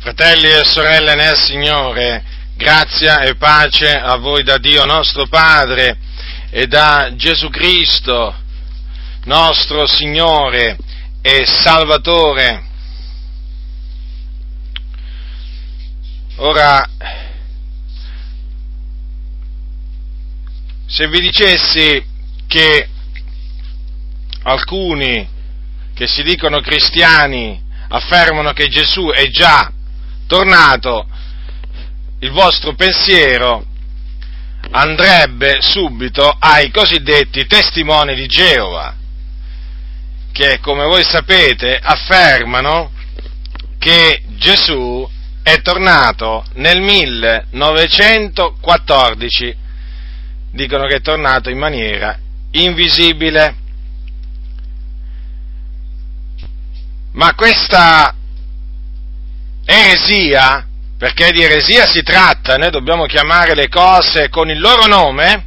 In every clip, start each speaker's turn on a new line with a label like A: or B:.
A: Fratelli e sorelle nel Signore, grazia e pace a voi da Dio nostro Padre e da Gesù Cristo, nostro Signore e Salvatore. Ora, se vi dicessi che alcuni che si dicono cristiani affermano che Gesù è già tornato, il vostro pensiero andrebbe subito ai cosiddetti testimoni di Geova, che, come voi sapete, affermano che Gesù è tornato nel 1914, dicono che è tornato in maniera invisibile. Ma questa eresia, perché di eresia si tratta, noi dobbiamo chiamare le cose con il loro nome,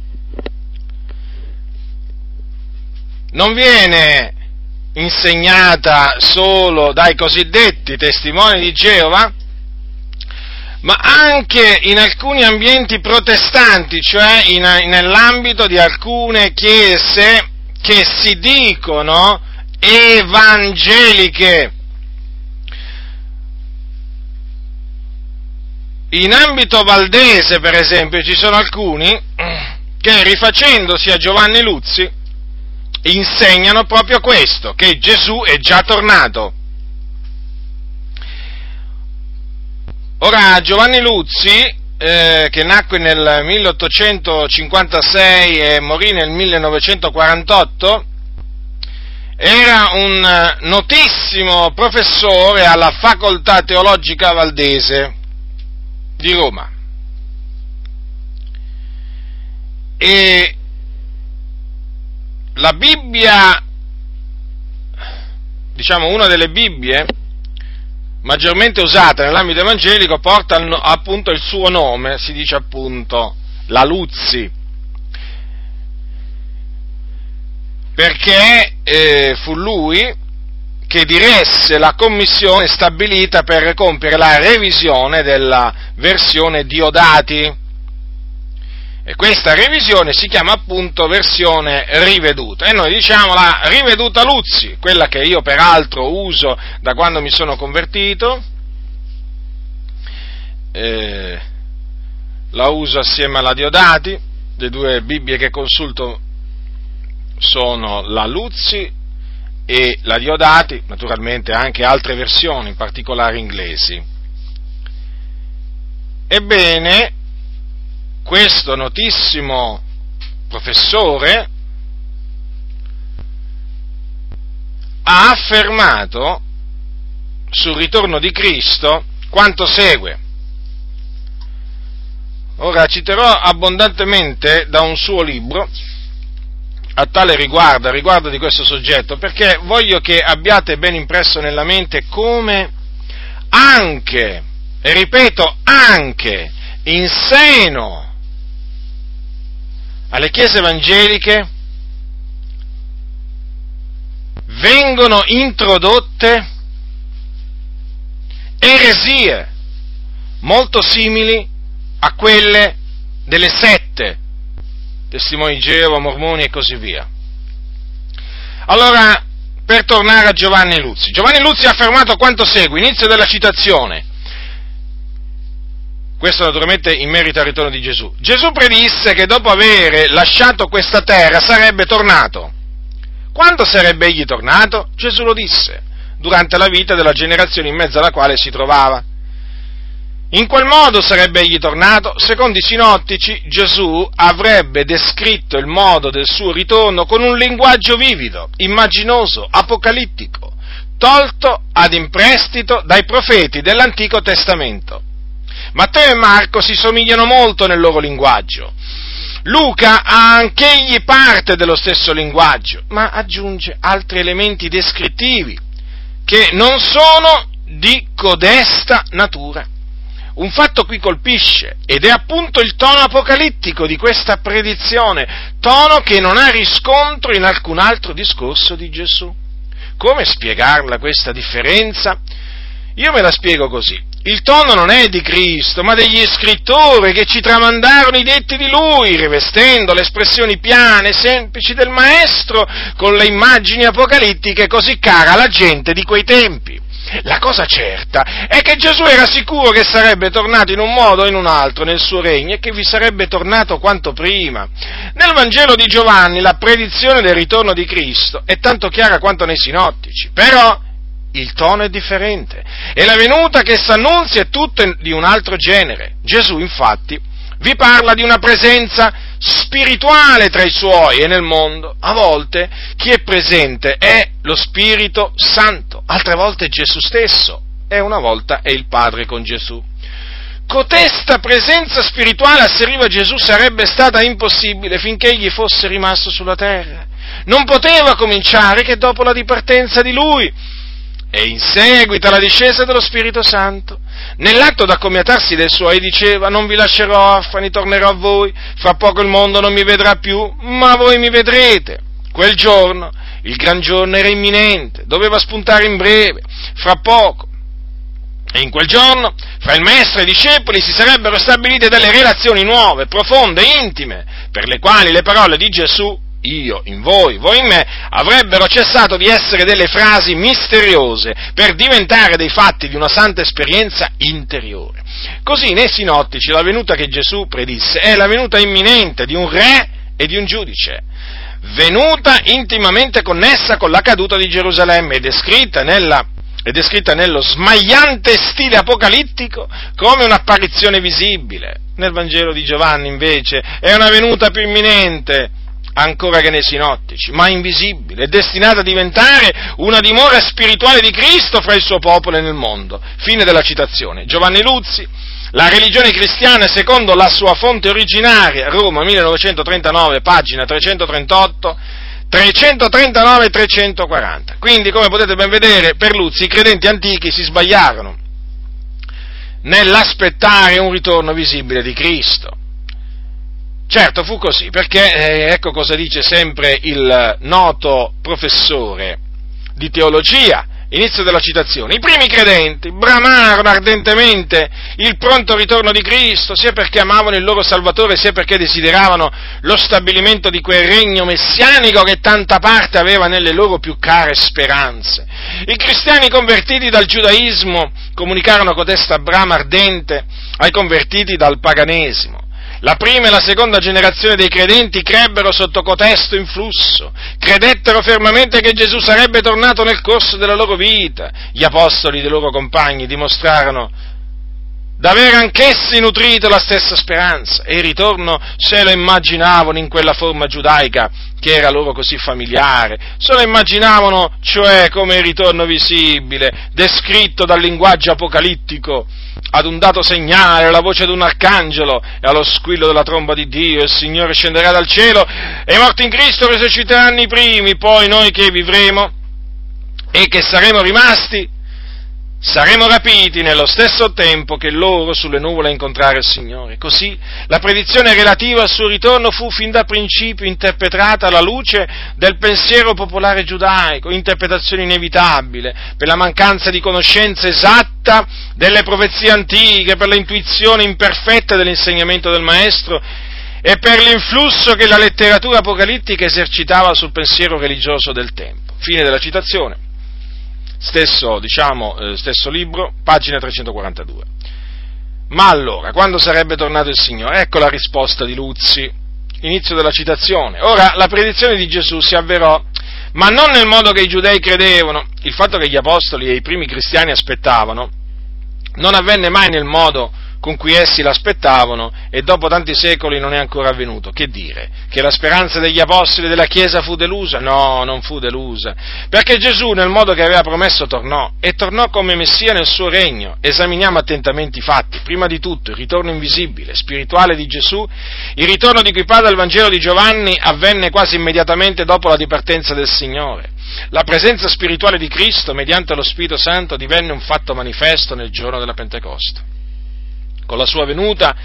A: non viene insegnata solo dai cosiddetti testimoni di Geova, ma anche in alcuni ambienti protestanti, cioè nell'ambito di alcune chiese che si dicono evangeliche. In ambito valdese, per esempio, ci sono alcuni che, rifacendosi a Giovanni Luzzi, insegnano proprio questo, che Gesù è già tornato. Ora, Giovanni Luzzi, che nacque nel 1856 e morì nel 1948, era un notissimo professore alla Facoltà Teologica Valdese di Roma. E la Bibbia, diciamo una delle Bibbie maggiormente usate nell'ambito evangelico, porta appunto il suo nome, si dice appunto la Luzzi, perché fu lui che diresse la commissione stabilita per compiere la revisione della versione Diodati, e questa revisione si chiama appunto versione riveduta, e noi diciamo la riveduta Luzzi, quella che io peraltro uso da quando mi sono convertito, la uso assieme alla Diodati. Le due Bibbie che consulto sono la Luzzi e la Diodati, naturalmente anche altre versioni, in particolare inglesi. Ebbene, questo notissimo professore ha affermato sul ritorno di Cristo quanto segue. Ora citerò abbondantemente da un suo libro a tale riguardo, a riguardo di questo soggetto, perché voglio che abbiate ben impresso nella mente come anche, e ripeto anche, in seno alle chiese evangeliche vengono introdotte eresie molto simili a quelle delle sette, testimoni di Geova, mormoni e così via. Allora, per tornare a Giovanni Luzzi ha affermato quanto segue, inizio della citazione. Questo naturalmente in merito al ritorno di Gesù. Gesù predisse che dopo aver lasciato questa terra sarebbe tornato. Quando sarebbe egli tornato? Gesù lo disse, durante la vita della generazione in mezzo alla quale si trovava. In qual modo sarebbe egli tornato? Secondo i sinottici, Gesù avrebbe descritto il modo del suo ritorno con un linguaggio vivido, immaginoso, apocalittico, tolto ad imprestito dai profeti dell'Antico Testamento. Matteo e Marco si somigliano molto nel loro linguaggio. Luca ha anch'egli parte dello stesso linguaggio, ma aggiunge altri elementi descrittivi che non sono di codesta natura. Un fatto qui colpisce, ed è appunto il tono apocalittico di questa predizione, tono che non ha riscontro in alcun altro discorso di Gesù. Come spiegarla questa differenza? Io me la spiego così. Il tono non è di Cristo, ma degli scrittori che ci tramandarono i detti di Lui, rivestendo le espressioni piane e semplici del Maestro con le immagini apocalittiche così care alla gente di quei tempi. La cosa certa è che Gesù era sicuro che sarebbe tornato in un modo o in un altro nel suo regno e che vi sarebbe tornato quanto prima. Nel Vangelo di Giovanni la predizione del ritorno di Cristo è tanto chiara quanto nei sinottici, però il tono è differente e la venuta che s'annunzia è tutta di un altro genere. Gesù, infatti, vi parla di una presenza spirituale tra i suoi e nel mondo. A volte chi è presente è lo Spirito Santo, altre volte è Gesù stesso e una volta è il Padre con Gesù. Cotesta presenza spirituale, asseriva Gesù, sarebbe stata impossibile finché egli fosse rimasto sulla terra. Non poteva cominciare che dopo la dipartenza di Lui e in seguito alla discesa dello Spirito Santo. Nell'atto d'accomiatarsi dai suoi diceva: non vi lascerò orfani, tornerò a voi, fra poco il mondo non mi vedrà più, ma voi mi vedrete. Quel giorno, il gran giorno era imminente, doveva spuntare in breve, fra poco. E in quel giorno, fra il Maestro e i discepoli si sarebbero stabilite delle relazioni nuove, profonde, intime, per le quali le parole di Gesù, io in voi, voi in me, avrebbero cessato di essere delle frasi misteriose per diventare dei fatti di una santa esperienza interiore. Così nei sinottici la venuta che Gesù predisse è la venuta imminente di un re e di un giudice, venuta intimamente connessa con la caduta di Gerusalemme ed è descritta nello smagliante stile apocalittico come un'apparizione visibile. Nel Vangelo di Giovanni invece è una venuta più imminente ancora che nei sinottici, ma invisibile, è destinata a diventare una dimora spirituale di Cristo fra il suo popolo e nel mondo. Fine della citazione. Giovanni Luzzi, La religione cristiana secondo la sua fonte originaria, Roma 1939, pagina 338, 339 e 340. Quindi, come potete ben vedere, per Luzzi i credenti antichi si sbagliarono nell'aspettare un ritorno visibile di Cristo. Certo, fu così, perché ecco cosa dice sempre il noto professore di teologia, inizio della citazione: i primi credenti bramarono ardentemente il pronto ritorno di Cristo, sia perché amavano il loro Salvatore, sia perché desideravano lo stabilimento di quel regno messianico che tanta parte aveva nelle loro più care speranze. I cristiani convertiti dal giudaismo comunicarono cotesta brama ardente ai convertiti dal paganesimo. La prima e la seconda generazione dei credenti crebbero sotto cotesto influsso, credettero fermamente che Gesù sarebbe tornato nel corso della loro vita. Gli apostoli dei loro compagni dimostrarono d'aver anch'essi nutrito la stessa speranza e il ritorno se lo immaginavano in quella forma giudaica che era loro così familiare, se lo immaginavano cioè come il ritorno visibile, descritto dal linguaggio apocalittico, ad un dato segnale, alla voce di un arcangelo e allo squillo della tromba di Dio, il Signore scenderà dal cielo e i morti in Cristo risusciteranno i primi, poi noi che vivremo e che saremo rimasti saremo rapiti nello stesso tempo che loro sulle nuvole a incontrare il Signore. Così la predizione relativa al suo ritorno fu fin da principio interpretata alla luce del pensiero popolare giudaico, interpretazione inevitabile per la mancanza di conoscenza esatta delle profezie antiche, per l'intuizione imperfetta dell'insegnamento del Maestro e per l'influsso che la letteratura apocalittica esercitava sul pensiero religioso del tempo. Fine della citazione. Stesso libro, pagina 342. Ma allora, quando sarebbe tornato il Signore? Ecco la risposta di Luzzi, inizio della citazione. Ora, la predizione di Gesù si avverò, ma non nel modo che i giudei credevano. Il fatto che gli apostoli e i primi cristiani aspettavano non avvenne mai nel modo con cui essi l'aspettavano e dopo tanti secoli non è ancora avvenuto. Che dire? Che la speranza degli apostoli della Chiesa fu delusa? No, non fu delusa, perché Gesù nel modo che aveva promesso tornò, e tornò come Messia nel suo regno. Esaminiamo attentamente i fatti. Prima di tutto il ritorno invisibile, spirituale di Gesù, il ritorno di cui parla il Vangelo di Giovanni, avvenne quasi immediatamente dopo la dipartenza del Signore. La presenza spirituale di Cristo mediante lo Spirito Santo divenne un fatto manifesto nel giorno della Pentecoste. Con la sua venuta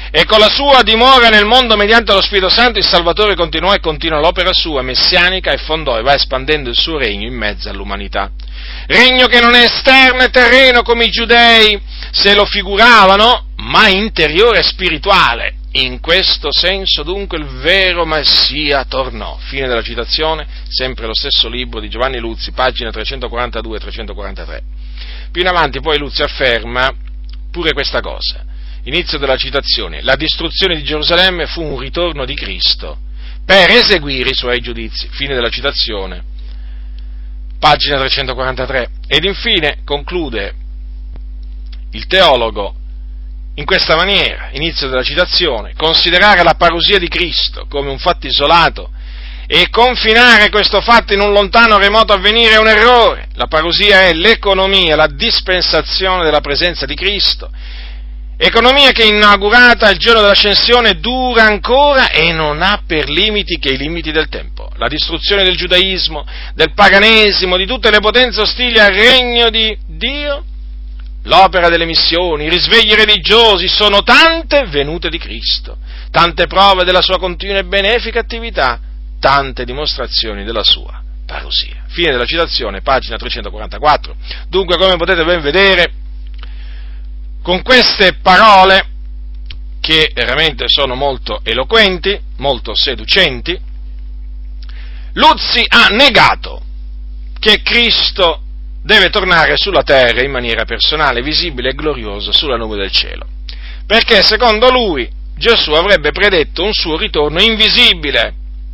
A: e con la sua dimora nel mondo mediante lo Spirito Santo il Salvatore continuò e continua l'opera sua messianica e fondò e va espandendo il suo regno in mezzo all'umanità. Regno che non è esterno e terreno come i giudei se lo figuravano, ma interiore e spirituale. In questo senso dunque il vero Messia tornò. Fine della citazione, sempre lo stesso libro di Giovanni Luzzi, pagine 342 e 343. Più in avanti poi Luzzi afferma pure questa cosa. Inizio della citazione: la distruzione di Gerusalemme fu un ritorno di Cristo per eseguire i suoi giudizi. Fine della citazione, pagina 343. Ed infine conclude il teologo in questa maniera, inizio della citazione: considerare la parusia di Cristo come un fatto isolato e confinare questo fatto in un lontano remoto avvenire è un errore. La parusia è l'economia, la dispensazione della presenza di Cristo, economia che inaugurata il giorno dell'ascensione dura ancora e non ha per limiti che i limiti del tempo. La distruzione del giudaismo, del paganesimo, di tutte le potenze ostili al regno di Dio, l'opera delle missioni, i risvegli religiosi sono tante venute di Cristo, tante prove della sua continua e benefica attività, tante dimostrazioni della sua parusia. Fine della citazione, pagina 344. Dunque, come potete ben vedere, con queste parole, che veramente sono molto eloquenti, molto seducenti, Luzzi ha negato che Cristo deve tornare sulla terra in maniera personale, visibile e gloriosa sulla nube del cielo, perché secondo lui Gesù avrebbe predetto un suo ritorno invisibile,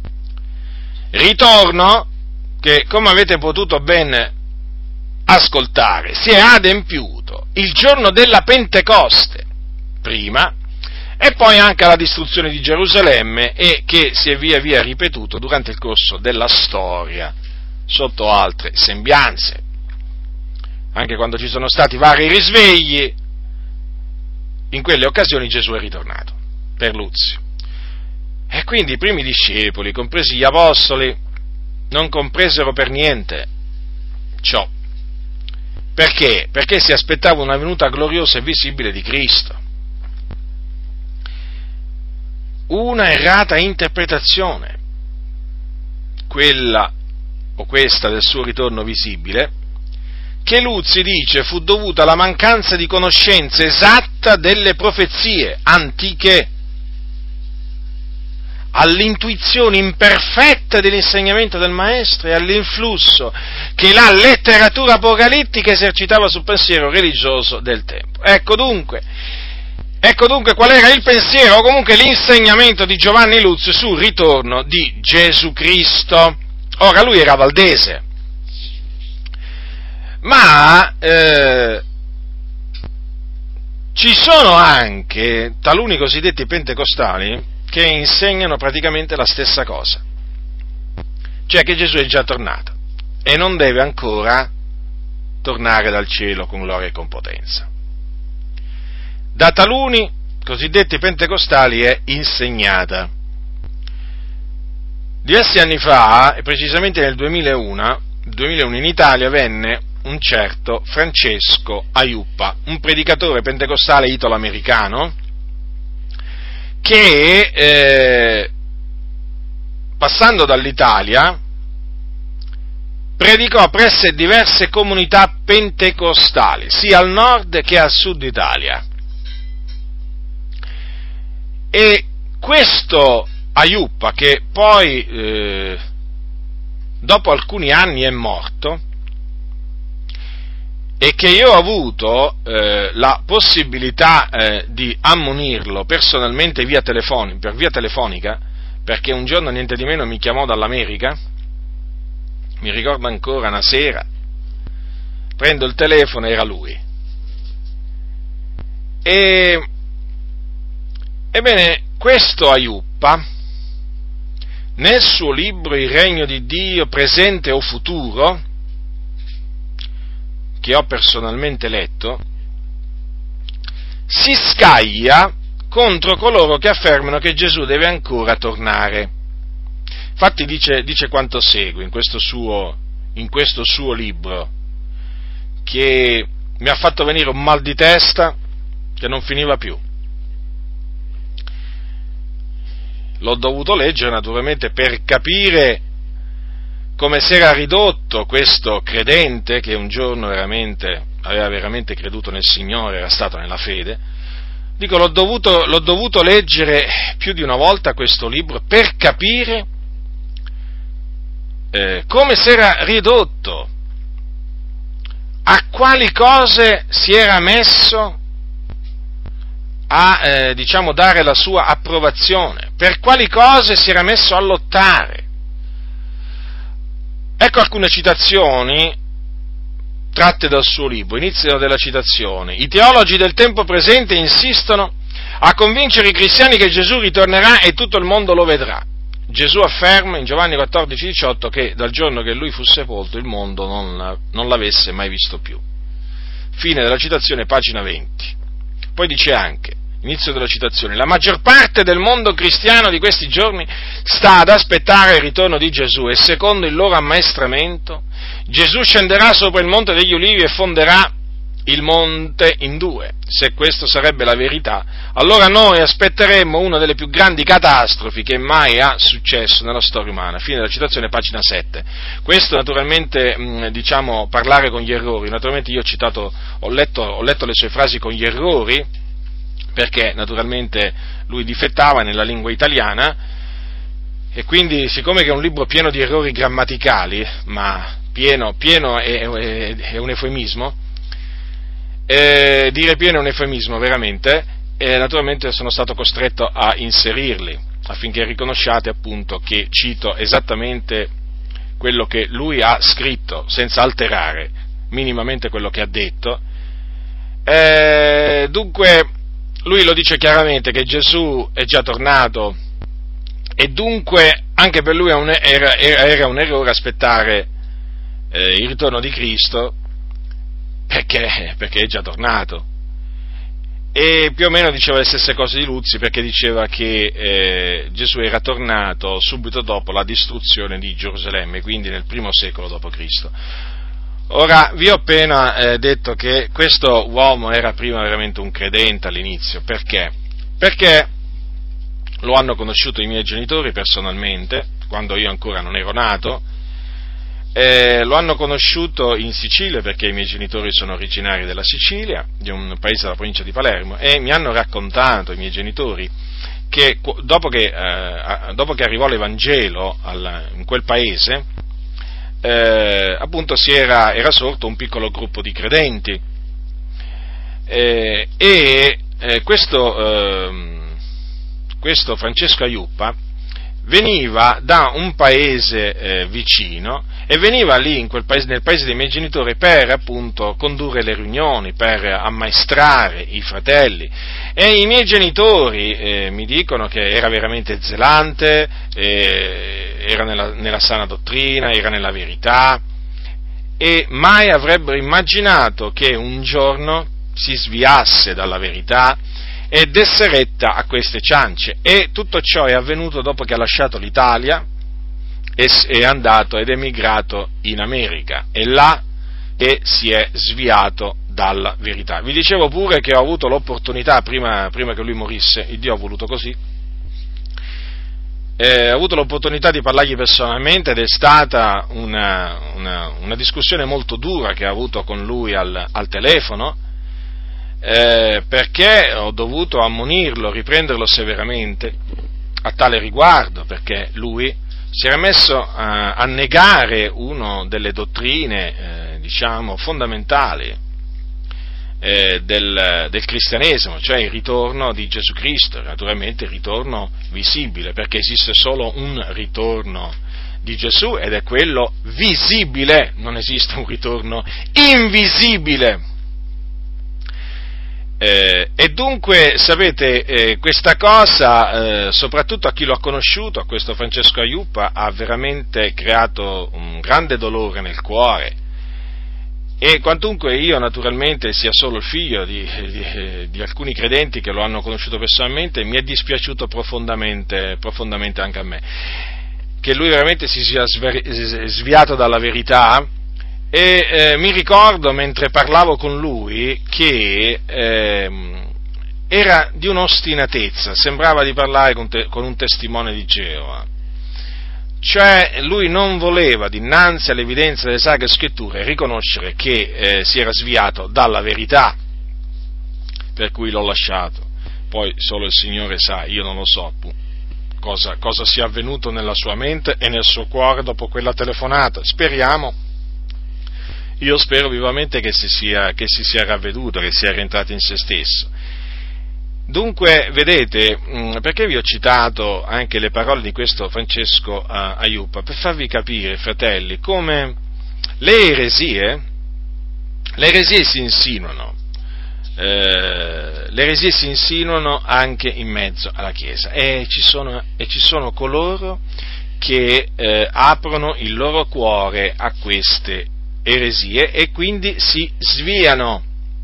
A: ritorno che, come avete potuto ben ascoltare, si è adempiuto il giorno della Pentecoste, prima, e poi anche alla distruzione di Gerusalemme, e che si è via via ripetuto durante il corso della storia, sotto altre sembianze. Anche quando ci sono stati vari risvegli, in quelle occasioni Gesù è ritornato, per Luzzi. E quindi i primi discepoli, compresi gli apostoli, non compresero per niente ciò. Perché? Perché si aspettava una venuta gloriosa e visibile di Cristo. Una errata interpretazione, quella o questa del suo ritorno visibile, che Luzzi dice fu dovuta alla mancanza di conoscenza esatta delle profezie antiche, all'intuizione imperfetta dell'insegnamento del Maestro e all'influsso che la letteratura apocalittica esercitava sul pensiero religioso del tempo. Ecco dunque qual era il pensiero, o comunque l'insegnamento di Giovanni Luzzi sul ritorno di Gesù Cristo. Ora, lui era valdese, ma ci sono anche taluni cosiddetti pentecostali che insegnano praticamente la stessa cosa, cioè che Gesù è già tornato e non deve ancora tornare dal cielo con gloria e con potenza. Da taluni cosiddetti pentecostali è insegnata. Diversi anni fa, e precisamente nel 2001 in Italia venne un certo Francesco Aiuppa, un predicatore pentecostale italo-americano, che passando dall'Italia predicò presso diverse comunità pentecostali, sia al nord che al sud Italia. E questo Aiuppa, che poi dopo alcuni anni è morto, e che io ho avuto la possibilità di ammonirlo personalmente per via telefonica, perché un giorno niente di meno mi chiamò dall'America, mi ricordo ancora, una sera, prendo il telefono, era lui. Ebbene, questo Aiuppa, nel suo libro Il regno di Dio, presente o futuro, che ho personalmente letto, si scaglia contro coloro che affermano che Gesù deve ancora tornare. Infatti dice quanto segue in questo suo libro, che mi ha fatto venire un mal di testa che non finiva più. l'ho dovuto leggere naturalmente per capire come si era ridotto questo credente che un giorno aveva veramente creduto nel Signore, era stato nella fede. Dico, l'ho dovuto leggere più di una volta questo libro per capire come si era ridotto, a quali cose si era messo a dare la sua approvazione, per quali cose si era messo a lottare. Ecco alcune citazioni tratte dal suo libro. Iniziano della citazione: i teologi del tempo presente insistono a convincere i cristiani che Gesù ritornerà e tutto il mondo lo vedrà. Gesù afferma in Giovanni 14,18 che dal giorno che lui fu sepolto il mondo non l'avesse mai visto più. Fine della citazione, pagina 20. Poi dice anche, inizio della citazione: la maggior parte del mondo cristiano di questi giorni sta ad aspettare il ritorno di Gesù e secondo il loro ammaestramento Gesù scenderà sopra il monte degli Ulivi e fonderà il monte in due. Se questo sarebbe la verità, allora noi aspetteremmo una delle più grandi catastrofi che mai ha successo nella storia umana. Fine della citazione, pagina 7. Questo naturalmente, parlare con gli errori. Naturalmente io ho letto le sue frasi con gli errori, perché naturalmente lui difettava nella lingua italiana, e quindi, siccome che è un libro pieno di errori grammaticali, ma pieno è un eufemismo, dire pieno è un eufemismo veramente, e naturalmente sono stato costretto a inserirli, affinché riconosciate appunto che cito esattamente quello che lui ha scritto, senza alterare minimamente quello che ha detto. Dunque, lui lo dice chiaramente che Gesù è già tornato, e dunque anche per lui era un errore aspettare il ritorno di Cristo, perché è già tornato. E più o meno diceva le stesse cose di Luzzi, perché diceva che Gesù era tornato subito dopo la distruzione di Gerusalemme, quindi nel primo secolo dopo Cristo. Ora, vi ho appena detto che questo uomo era prima veramente un credente all'inizio. Perché? Perché lo hanno conosciuto i miei genitori personalmente, quando io ancora non ero nato. Lo hanno conosciuto in Sicilia, perché i miei genitori sono originari della Sicilia, di un paese della provincia di Palermo, e mi hanno raccontato i miei genitori che dopo che arrivò l'Evangelo in quel paese, appunto era sorto un piccolo gruppo di credenti, questo Francesco Aiuppa veniva da un paese vicino, e veniva lì nel paese dei miei genitori per appunto condurre le riunioni, per ammaestrare i fratelli, e i miei genitori mi dicono che era veramente zelante, era nella sana dottrina, era nella verità, e mai avrebbero immaginato che un giorno si sviasse dalla verità e desse retta a queste ciance. E tutto ciò è avvenuto dopo che ha lasciato l'Italia e è andato ed è emigrato in America, e là che si è sviato dalla verità. Vi dicevo pure che ho avuto l'opportunità, prima che lui morisse, il Dio ha voluto così, ho avuto l'opportunità di parlargli personalmente, ed è stata una discussione molto dura che ho avuto con lui al telefono, perché ho dovuto ammonirlo, riprenderlo severamente a tale riguardo, perché lui si era messo a negare una delle dottrine, fondamentali del cristianesimo, cioè il ritorno di Gesù Cristo, naturalmente il ritorno visibile, perché esiste solo un ritorno di Gesù, ed è quello visibile, non esiste un ritorno invisibile. E dunque, sapete, questa cosa, soprattutto a chi lo ha conosciuto, a questo Francesco Aiuppa, ha veramente creato un grande dolore nel cuore, e quantunque io naturalmente sia solo il figlio di alcuni credenti che lo hanno conosciuto personalmente, mi è dispiaciuto profondamente anche a me, che lui veramente si sia sviato dalla verità. E mi ricordo, mentre parlavo con lui, che era di un'ostinatezza, sembrava di parlare con un testimone di Geova. Cioè, lui non voleva, dinanzi all'evidenza delle Sacre Scritture, riconoscere che si era sviato dalla verità, per cui l'ho lasciato. Poi solo il Signore sa, io non lo so cosa sia avvenuto nella sua mente e nel suo cuore dopo quella telefonata. Io spero vivamente che si sia ravveduto, che sia rientrato in se stesso. Dunque, vedete, perché vi ho citato anche le parole di questo Francesco Aiuppa? Per farvi capire, fratelli, come le eresie si insinuano anche in mezzo alla Chiesa, e ci sono coloro che aprono il loro cuore a queste eresie e quindi si sviano,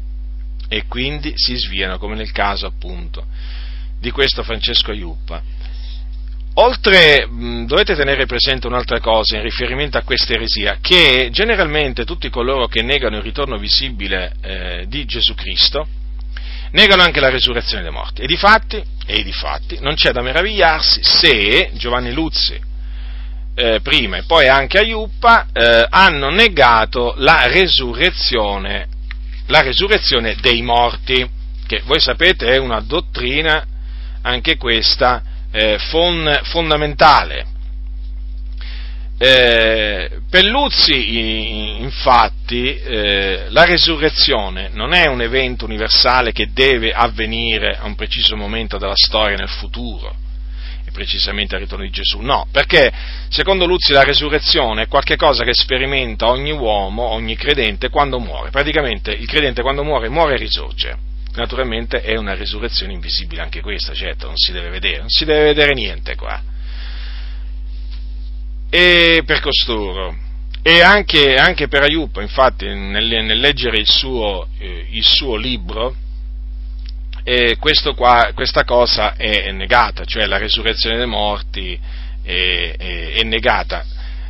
A: come nel caso appunto di questo Francesco Aiuppa. Oltre, dovete tenere presente un'altra cosa in riferimento a questa eresia, che generalmente tutti coloro che negano il ritorno visibile di Gesù Cristo negano anche la resurrezione dei morti, e difatti non c'è da meravigliarsi se Giovanni Luzzi prima e poi anche Aiuppa hanno negato la resurrezione dei morti, che voi sapete è una dottrina anche questa fondamentale. Per Luzzi, infatti, la resurrezione non è un evento universale che deve avvenire a un preciso momento della storia nel futuro, e precisamente al ritorno di Gesù. No, perché secondo Luzzi la resurrezione è qualche cosa che sperimenta ogni uomo, ogni credente quando muore. Praticamente il credente quando muore e risorge. Naturalmente è una risurrezione invisibile anche questa, certo, non si deve vedere niente qua. E per costoro, e anche per Aiuppa, infatti, nel leggere il suo libro, questa cosa è negata, cioè la resurrezione dei morti è negata,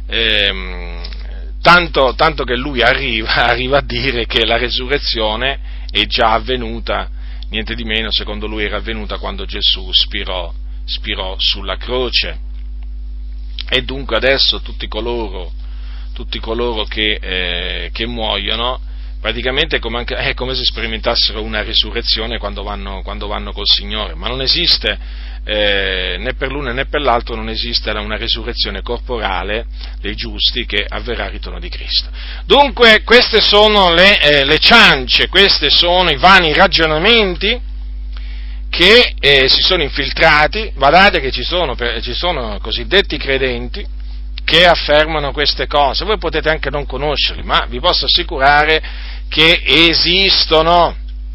A: tanto che lui arriva a dire che la resurrezione è già avvenuta, niente di meno, secondo lui era avvenuta quando Gesù spirò sulla croce, e dunque adesso tutti coloro che muoiono, praticamente è come se sperimentassero una risurrezione quando vanno col Signore, ma non esiste, né per l'uno né per l'altro non esiste una risurrezione corporale dei giusti che avverrà al ritorno di Cristo. Dunque queste sono le ciance, questi sono i vani ragionamenti che si sono infiltrati. Badate che ci sono cosiddetti credenti che affermano queste cose. Voi potete anche non conoscerli, ma vi posso assicurare che esistono.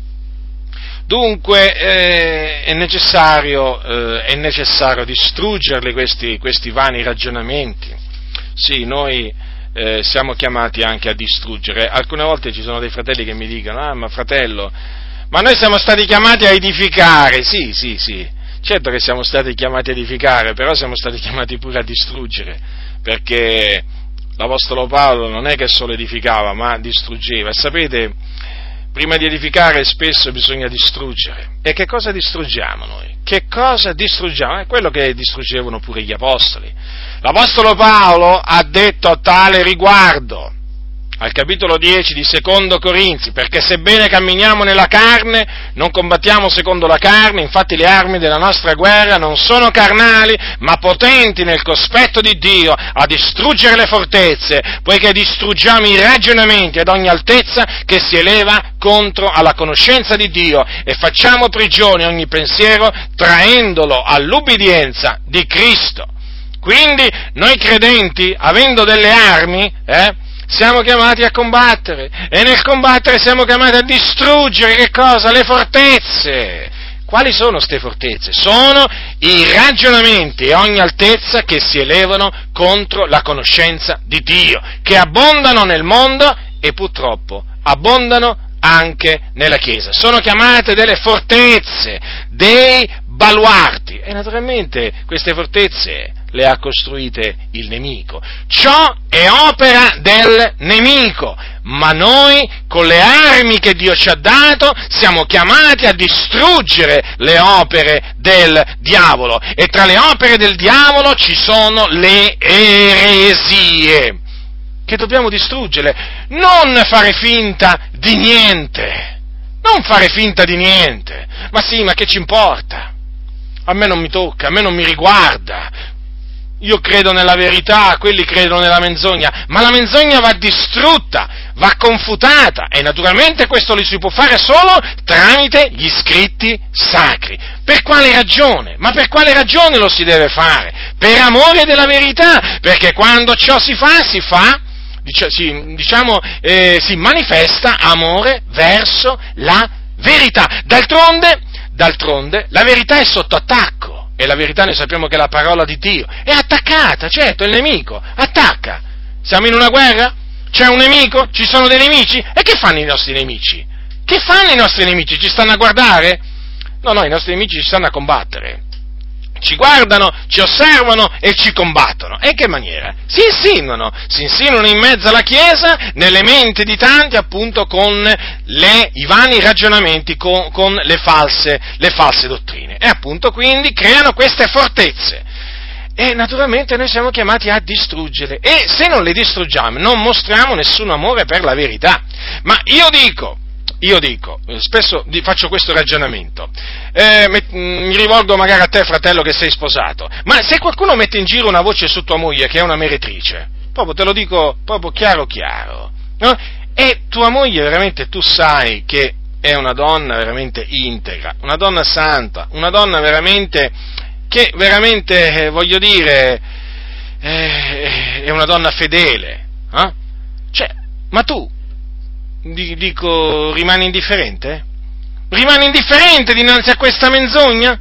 A: Dunque è necessario distruggerli questi vani ragionamenti. Sì, noi siamo chiamati anche a distruggere. Alcune volte ci sono dei fratelli che mi dicono: ma fratello, ma noi siamo stati chiamati a edificare. Sì, certo che siamo stati chiamati a edificare, però siamo stati chiamati pure a distruggere, perché l'Apostolo Paolo non è che solo edificava, ma distruggeva. E sapete, prima di edificare spesso bisogna distruggere. E che cosa distruggiamo noi? Che cosa distruggiamo? È quello che distruggevano pure gli apostoli. L'Apostolo Paolo ha detto a tale riguardo, al capitolo 10 di Secondo Corinzi: perché sebbene camminiamo nella carne, non combattiamo secondo la carne, infatti le armi della nostra guerra non sono carnali, ma potenti nel cospetto di Dio a distruggere le fortezze, poiché distruggiamo i ragionamenti ed ogni altezza che si eleva contro alla conoscenza di Dio, e facciamo prigione ogni pensiero, traendolo all'ubbidienza di Cristo. Quindi noi credenti, avendo delle armi, siamo chiamati a combattere, e nel combattere siamo chiamati a distruggere che cosa? Le fortezze. Quali sono ste fortezze? Sono i ragionamenti e ogni altezza che si elevano contro la conoscenza di Dio, che abbondano nel mondo e purtroppo abbondano anche nella Chiesa. Sono chiamate delle fortezze, dei baluardi, e naturalmente queste fortezze le ha costruite il nemico. Ciò è opera del nemico, ma noi con le armi che Dio ci ha dato siamo chiamati a distruggere le opere del diavolo, e tra le opere del diavolo ci sono le eresie, che dobbiamo distruggere, non fare finta di niente, ma sì, ma che ci importa? A me non mi tocca, a me non mi riguarda. Io credo nella verità, quelli credono nella menzogna, ma la menzogna va distrutta, va confutata, e naturalmente questo lo si può fare solo tramite gli scritti sacri. Per quale ragione? Ma per quale ragione lo si deve fare? Per amore della verità, perché quando ciò si manifesta amore verso la verità. D'altronde, la verità è sotto attacco. E la verità noi sappiamo che è la parola di Dio. È attaccata, certo, il nemico attacca. Siamo in una guerra? C'è un nemico? Ci sono dei nemici? E che fanno i nostri nemici? Che fanno i nostri nemici? Ci stanno a guardare? No, i nostri nemici ci stanno a combattere. Ci guardano, ci osservano e ci combattono. E in che maniera? Si insinuano in mezzo alla Chiesa, nelle menti di tanti, appunto, con i vani ragionamenti, con le false dottrine. E appunto quindi creano queste fortezze. E naturalmente noi siamo chiamati a distruggerle. E se non le distruggiamo, non mostriamo nessun amore per la verità. Ma io dico, spesso faccio questo ragionamento, mi rivolgo magari a te, fratello, che sei sposato, ma se qualcuno mette in giro una voce su tua moglie che è una meretrice, proprio te lo dico proprio chiaro, no? E tua moglie veramente tu sai che è una donna veramente integra, una donna santa, una donna veramente, che veramente, voglio dire, è una donna fedele, ma tu, dico, rimani indifferente? Rimani indifferente dinanzi a questa menzogna?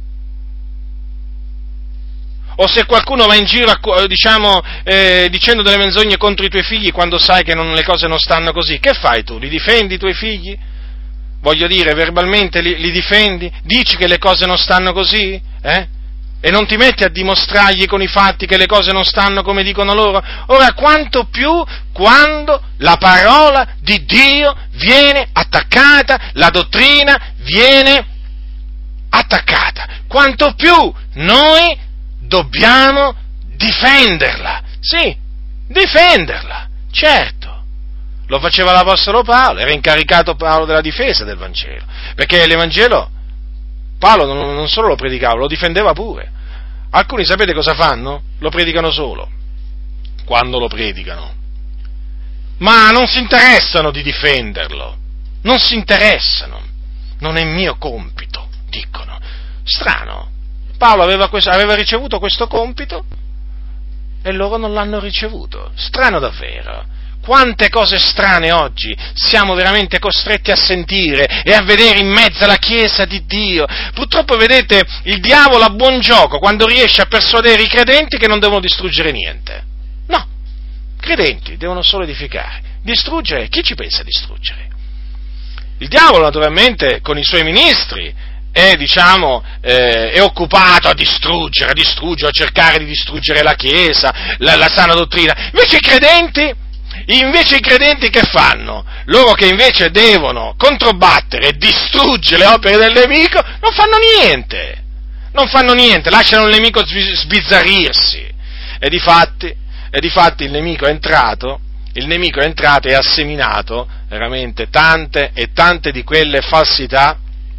A: O se qualcuno va in giro, dicendo delle menzogne contro i tuoi figli quando sai che le cose non stanno così, che fai tu? Li difendi i tuoi figli? Voglio dire, verbalmente li difendi? Dici che le cose non stanno così? E non ti metti a dimostrargli con i fatti che le cose non stanno come dicono loro? Ora, quanto più quando la parola di Dio viene attaccata, la dottrina viene attaccata, quanto più noi dobbiamo difenderla. Sì, difenderla, certo. Lo faceva l'Apostolo Paolo, era incaricato Paolo della difesa del Vangelo, perché l'Evangelo Paolo non solo lo predicava, lo difendeva pure. Alcuni sapete cosa fanno? Lo predicano solo, quando lo predicano, ma non si interessano di difenderlo, non si interessano, non è mio compito, dicono. Strano, Paolo aveva ricevuto questo compito e loro non l'hanno ricevuto, strano davvero. Quante cose strane oggi siamo veramente costretti a sentire e a vedere in mezzo alla Chiesa di Dio. Purtroppo, vedete, il diavolo ha buon gioco quando riesce a persuadere i credenti che non devono distruggere niente. No, i credenti devono solo edificare. Distruggere, chi ci pensa a distruggere? Il diavolo, naturalmente, con i suoi ministri è occupato a distruggere, a cercare di distruggere la Chiesa, la sana dottrina. Invece i credenti che fanno? Loro che invece devono controbattere e distruggere le opere del nemico, non fanno niente, lasciano il nemico sbizzarrirsi. E difatti il nemico è entrato e ha seminato veramente tante e tante di quelle falsità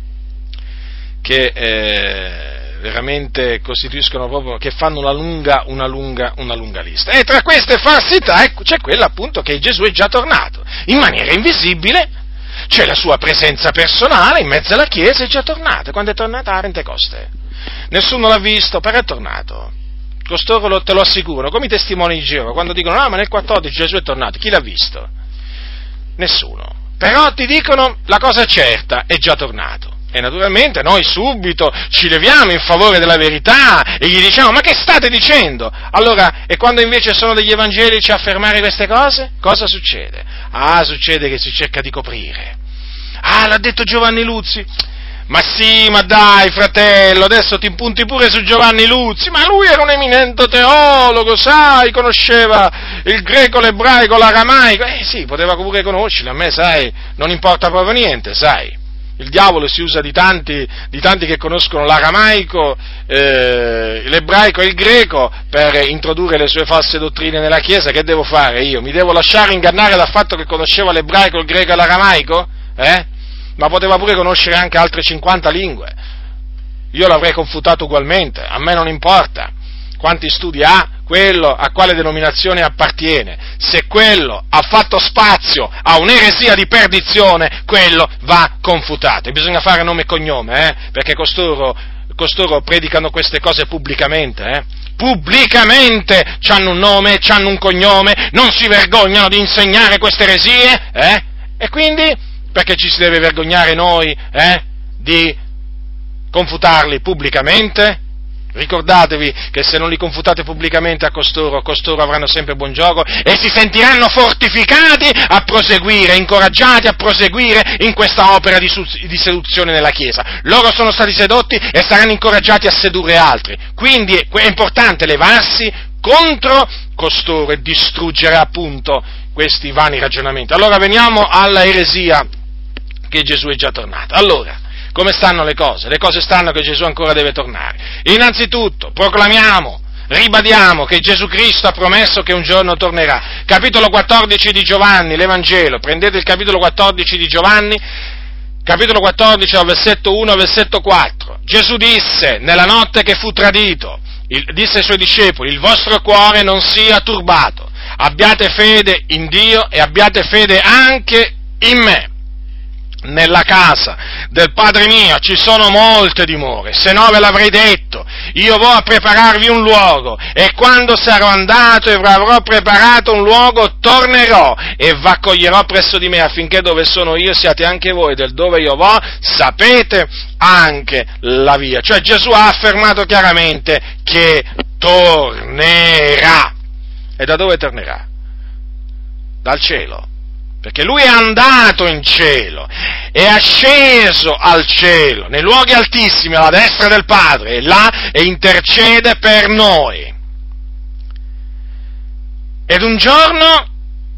A: che veramente costituiscono proprio, che fanno una lunga lista. E tra queste falsità c'è quella appunto che Gesù è già tornato, in maniera invisibile, c'è la sua presenza personale in mezzo alla Chiesa, è già tornato. Quando è tornato a Pentecoste? Nessuno l'ha visto, però è tornato. Costoro te lo assicuro, come i testimoni di Geova, quando dicono, ma nel 14 Gesù è tornato, chi l'ha visto? Nessuno. Però ti dicono la cosa certa, è già tornato. E naturalmente noi subito ci leviamo in favore della verità e gli diciamo, ma che state dicendo? Allora, e quando invece sono degli evangelici a affermare queste cose, cosa succede? Succede che si cerca di coprire. L'ha detto Giovanni Luzzi. Ma sì, ma dai, fratello, adesso ti impunti pure su Giovanni Luzzi, ma lui era un eminente teologo, sai, conosceva il greco, l'ebraico, l'aramaico, sì, poteva pure conoscerli, a me, sai, non importa proprio niente, sai. Il diavolo si usa di tanti che conoscono l'aramaico, l'ebraico e il greco per introdurre le sue false dottrine nella Chiesa. Che devo fare io? Mi devo lasciare ingannare dal fatto che conosceva l'ebraico, il greco e l'aramaico? Ma poteva pure conoscere anche altre 50 lingue. Io l'avrei confutato ugualmente, a me non importa quanti studi ha, quello a quale denominazione appartiene. Se quello ha fatto spazio a un'eresia di perdizione, quello va confutato. E bisogna fare nome e cognome, perché costoro predicano queste cose pubblicamente, pubblicamente, c'hanno un nome, c'hanno un cognome, non si vergognano di insegnare queste eresie, e quindi perché ci si deve vergognare noi, di confutarli pubblicamente? Ricordatevi che se non li confutate pubblicamente a costoro avranno sempre buon gioco e si sentiranno fortificati a proseguire, incoraggiati a proseguire in questa opera di seduzione nella Chiesa. Loro sono stati sedotti e saranno incoraggiati a sedurre altri. Quindi è importante levarsi contro costoro e distruggere appunto questi vani ragionamenti. Allora veniamo alla eresia che Gesù è già tornato. Allora, come stanno le cose? Le cose stanno che Gesù ancora deve tornare. Innanzitutto, proclamiamo, ribadiamo che Gesù Cristo ha promesso che un giorno tornerà. Capitolo 14 di Giovanni, l'Evangelo, prendete il capitolo 14 di Giovanni, capitolo 14, dal versetto 1 al versetto 4. Gesù disse, nella notte che fu tradito, disse ai suoi discepoli, il vostro cuore non sia turbato, abbiate fede in Dio e abbiate fede anche in me. Nella casa del Padre mio ci sono molte dimore, se no ve l'avrei detto. Io vo a prepararvi un luogo, e quando sarò andato e avrò preparato un luogo, tornerò e v'accoglierò presso di me, affinché dove sono io siate anche voi, del dove io vo sapete anche la via. Cioè Gesù ha affermato chiaramente che tornerà. E da dove tornerà? Dal cielo. Perché lui è andato in cielo, è asceso al cielo, nei luoghi altissimi, alla destra del Padre, e là e intercede per noi. Ed un giorno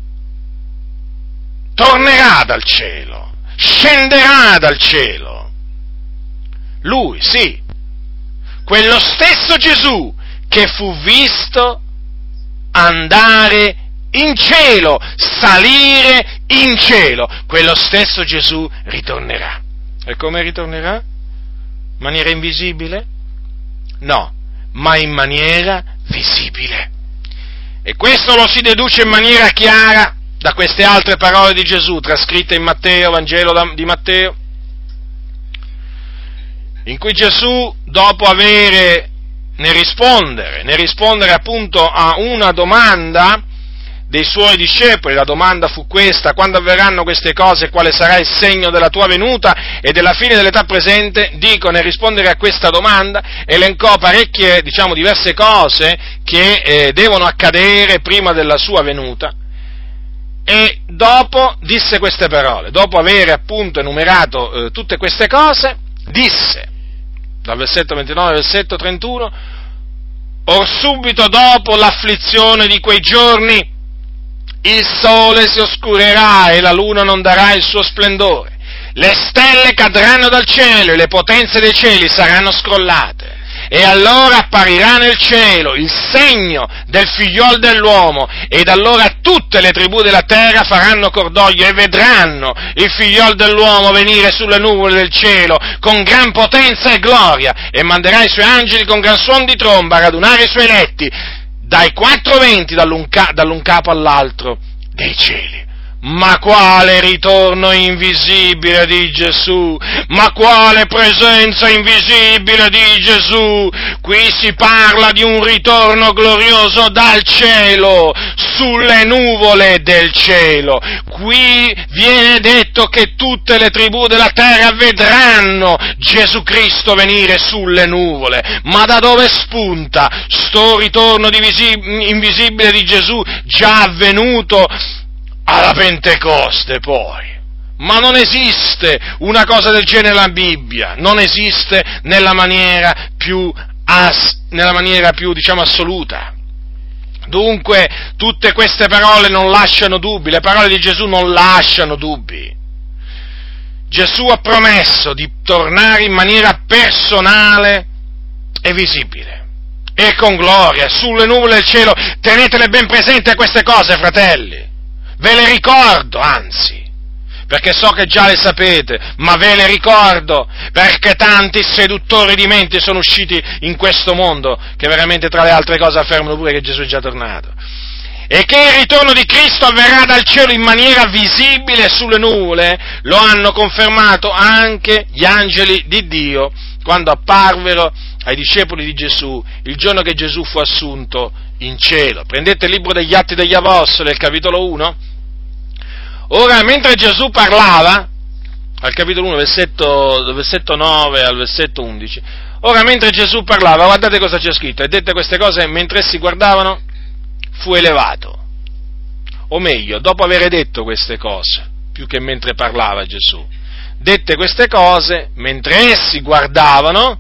A: tornerà dal cielo, scenderà dal cielo. Lui, sì, quello stesso Gesù che fu visto andare in cielo, salire in cielo, quello stesso Gesù ritornerà. E come ritornerà? In maniera invisibile? No, ma in maniera visibile. E questo lo si deduce in maniera chiara da queste altre parole di Gesù, trascritte in Matteo, Vangelo di Matteo, in cui Gesù, dopo avere nel rispondere appunto a una domanda dei suoi discepoli, la domanda fu questa: quando avverranno queste cose, quale sarà il segno della tua venuta e della fine dell'età presente? Dico, nel rispondere a questa domanda, elencò parecchie, diverse cose che devono accadere prima della sua venuta, e dopo disse queste parole. Dopo aver appunto enumerato tutte queste cose, disse, dal versetto 29 al versetto 31, or subito dopo l'afflizione di quei giorni, il sole si oscurerà e la luna non darà il suo splendore, le stelle cadranno dal cielo e le potenze dei cieli saranno scrollate, e allora apparirà nel cielo il segno del figliol dell'uomo, ed allora tutte le tribù della terra faranno cordoglio e vedranno il figliol dell'uomo venire sulle nuvole del cielo con gran potenza e gloria, e manderà i suoi angeli con gran suon di tromba a radunare i suoi eletti dai quattro venti, dall'un capo all'altro dei cieli. Ma quale ritorno invisibile di Gesù? Ma quale presenza invisibile di Gesù? Qui si parla di un ritorno glorioso dal cielo, sulle nuvole del cielo. Qui viene detto che tutte le tribù della terra vedranno Gesù Cristo venire sulle nuvole. Ma da dove spunta sto ritorno invisibile di Gesù, già avvenuto alla Pentecoste poi? Ma non esiste una cosa del genere nella Bibbia, non esiste nella maniera più diciamo, assoluta. Dunque, tutte queste parole non lasciano dubbi, le parole di Gesù non lasciano dubbi. Gesù ha promesso di tornare in maniera personale e visibile, e con gloria, sulle nuvole del cielo. Tenetele ben presenti queste cose, fratelli. Ve le ricordo, anzi, perché so che già le sapete, ma ve le ricordo, perché tanti seduttori di menti sono usciti in questo mondo, che veramente tra le altre cose affermano pure che Gesù è già tornato, e che il ritorno di Cristo avverrà dal cielo in maniera visibile sulle nuvole. Lo hanno confermato anche gli angeli di Dio, quando apparvero ai discepoli di Gesù, il giorno che Gesù fu assunto in cielo. Prendete il libro degli Atti degli Apostoli, il capitolo 1, ora, mentre Gesù parlava, al capitolo 1, versetto 9 al versetto 11, ora mentre Gesù parlava, guardate cosa c'è scritto, e dette queste cose mentre essi guardavano, fu elevato. O meglio, dopo aver detto queste cose, più che mentre parlava Gesù, dette queste cose mentre essi guardavano,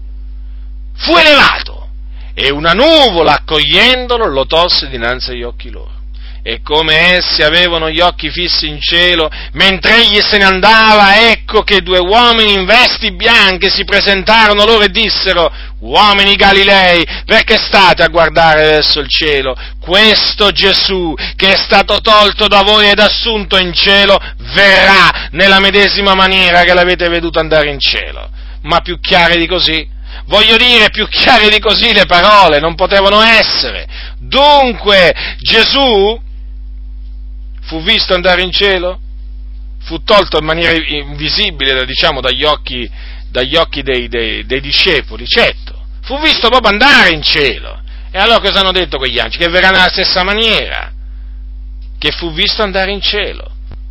A: fu elevato, e una nuvola, accogliendolo, lo tolse dinanzi agli occhi loro. E come essi avevano gli occhi fissi in cielo, mentre egli se ne andava, ecco che due uomini in vesti bianche si presentarono loro e dissero: uomini Galilei, perché state a guardare verso il cielo? Questo Gesù, che è stato tolto da voi ed assunto in cielo, verrà nella medesima maniera che l'avete veduto andare in cielo. Ma più chiare di così? Voglio dire, più chiare di così le parole non potevano essere. Dunque, Gesù fu visto andare in cielo, fu tolto in maniera invisibile, diciamo, dagli occhi dei discepoli, certo, fu visto proprio andare in cielo. E allora cosa hanno detto quegli angeli? Che verrà nella stessa maniera, che fu visto andare in cielo.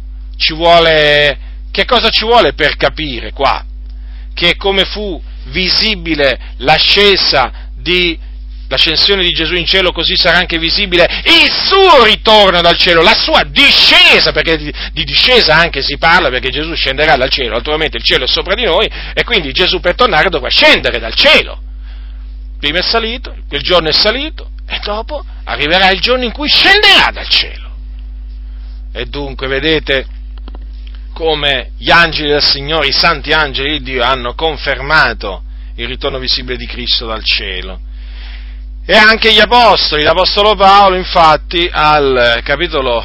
A: Che cosa ci vuole per capire qua? Che come fu visibile l'ascensione di Gesù in cielo, così sarà anche visibile il suo ritorno dal cielo, la sua discesa, perché di discesa anche si parla, perché Gesù scenderà dal cielo, naturalmente il cielo è sopra di noi, e quindi Gesù per tornare dovrà scendere dal cielo. Prima è salito, quel giorno è salito, e dopo arriverà il giorno in cui scenderà dal cielo. E dunque vedete come gli angeli del Signore, i santi angeli di Dio, hanno confermato il ritorno visibile di Cristo dal cielo. E anche gli apostoli, l'apostolo Paolo, infatti, al capitolo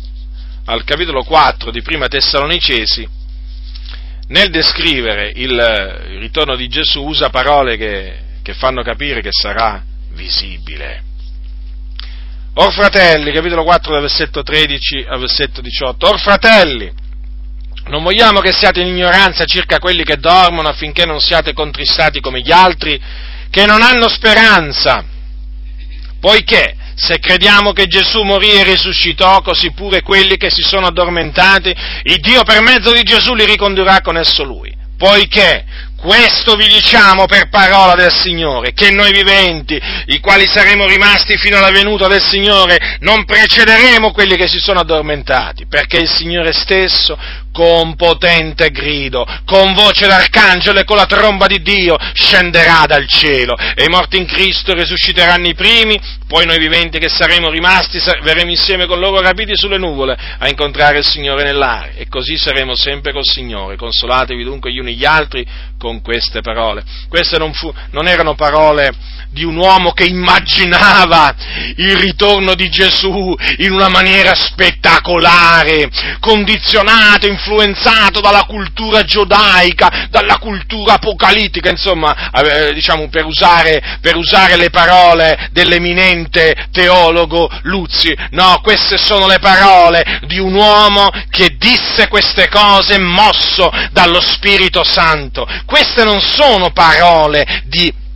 A: 4 di Prima Tessalonicesi, nel descrivere il ritorno di Gesù, usa parole che fanno capire che sarà visibile. Or fratelli, capitolo 4, dal versetto 13 al versetto 18, or fratelli, non vogliamo che siate in ignoranza circa quelli che dormono, affinché non siate contristati come gli altri, che non hanno speranza. Poiché, se crediamo che Gesù morì e risuscitò, così pure quelli che si sono addormentati, il Dio per mezzo di Gesù li ricondurrà con esso Lui. Poiché, questo vi diciamo per parola del Signore, che noi viventi, i quali saremo rimasti fino alla venuta del Signore, non precederemo quelli che si sono addormentati, perché il Signore stesso, con potente grido, con voce d'arcangelo e con la tromba di Dio, scenderà dal cielo, e i morti in Cristo risusciteranno i primi, poi noi viventi che saremo rimasti, verremo insieme con loro rapiti sulle nuvole, a incontrare il Signore nell'aria, e così saremo sempre col Signore. Consolatevi dunque gli uni gli altri con queste parole. Queste non erano parole di un uomo che immaginava il ritorno di Gesù in una maniera spettacolare, condizionato, influenzato dalla cultura giudaica, dalla cultura apocalittica, insomma, diciamo, per usare le parole dell'eminente teologo Luzzi. No, queste sono le parole di un uomo che disse queste cose mosso dallo Spirito Santo. Queste non sono parole di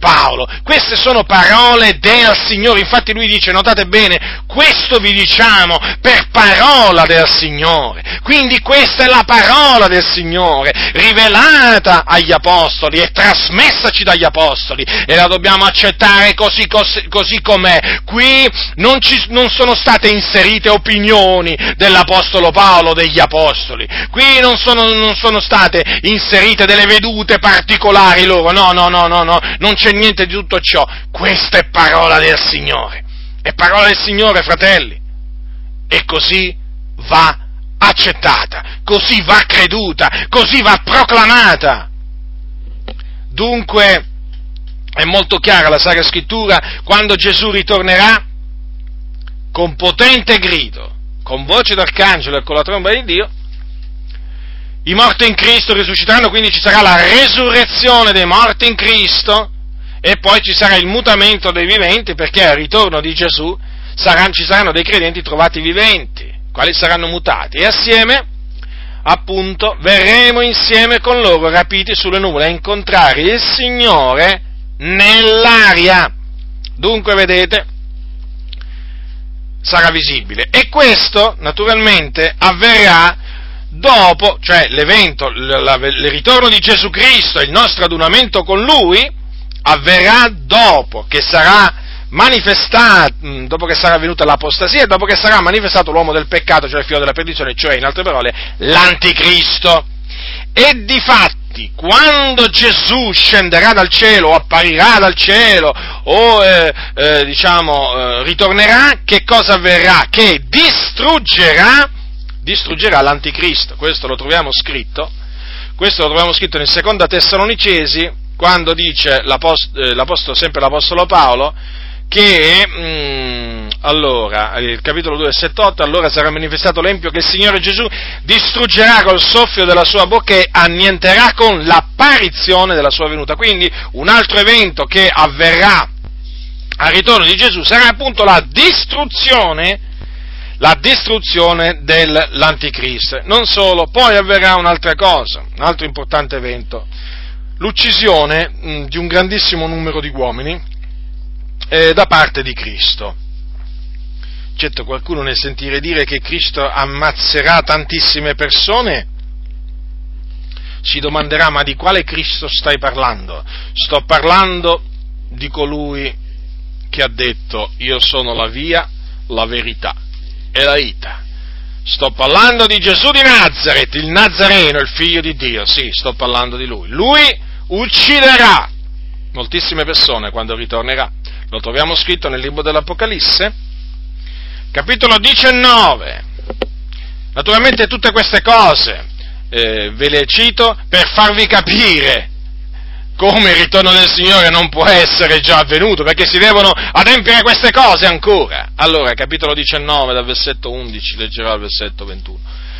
A: Paolo, queste sono parole del Signore, infatti lui dice, notate bene, questo vi diciamo per parola del Signore, quindi questa è la parola del Signore, rivelata agli Apostoli e trasmessaci dagli Apostoli, e la dobbiamo accettare così com'è. Qui non sono state inserite opinioni dell'Apostolo Paolo, degli Apostoli, qui non sono state inserite delle vedute particolari loro, no, non c'è niente di tutto ciò, questa è parola del Signore, è parola del Signore, fratelli, e così va accettata, così va creduta, così va proclamata. Dunque, è molto chiara la Sacra Scrittura, quando Gesù ritornerà con potente grido, con voce d'arcangelo e con la tromba di Dio, i morti in Cristo risusciteranno, quindi ci sarà la resurrezione dei morti in Cristo e poi ci sarà il mutamento dei viventi, perché al ritorno di Gesù ci saranno dei credenti trovati viventi, quali saranno mutati, e assieme, appunto, verremo insieme con loro, rapiti sulle nuvole, a incontrare il Signore nell'aria. Dunque, vedete, sarà visibile. E questo, naturalmente, avverrà dopo, cioè l'evento, il ritorno di Gesù Cristo, il nostro adunamento con Lui, avverrà dopo che sarà manifestato, dopo che sarà venuta l'apostasia e dopo che sarà manifestato l'uomo del peccato, cioè il figlio della perdizione, cioè in altre parole l'anticristo. E difatti, quando Gesù scenderà dal cielo, o apparirà dal cielo, o ritornerà, che cosa avverrà? Che distruggerà l'anticristo. Questo lo troviamo scritto nel seconda Tessalonicesi, quando dice sempre l'Apostolo Paolo, che allora, il capitolo 2, versetto 8, allora sarà manifestato l'empio che il Signore Gesù distruggerà col soffio della sua bocca e annienterà con l'apparizione della sua venuta. Quindi un altro evento che avverrà al ritorno di Gesù sarà appunto la distruzione dell'anticristo. Non solo, poi avverrà un'altra cosa, un altro importante evento, l'uccisione di un grandissimo numero di uomini da parte di Cristo. Certo, qualcuno nel sentire dire che Cristo ammazzerà tantissime persone si domanderà: ma di quale Cristo stai parlando? Sto parlando di colui che ha detto: io sono la via, la verità e la vita. Sto parlando di Gesù di Nazaret, il Nazareno, il figlio di Dio, sì, sto parlando di lui. Lui ucciderà moltissime persone quando ritornerà. Lo troviamo scritto nel libro dell'Apocalisse, capitolo 19. Naturalmente tutte queste cose ve le cito per farvi capire come il ritorno del Signore non può essere già avvenuto, perché si devono adempiere queste cose ancora. Allora, capitolo 19, dal versetto 11, leggerò al versetto 21.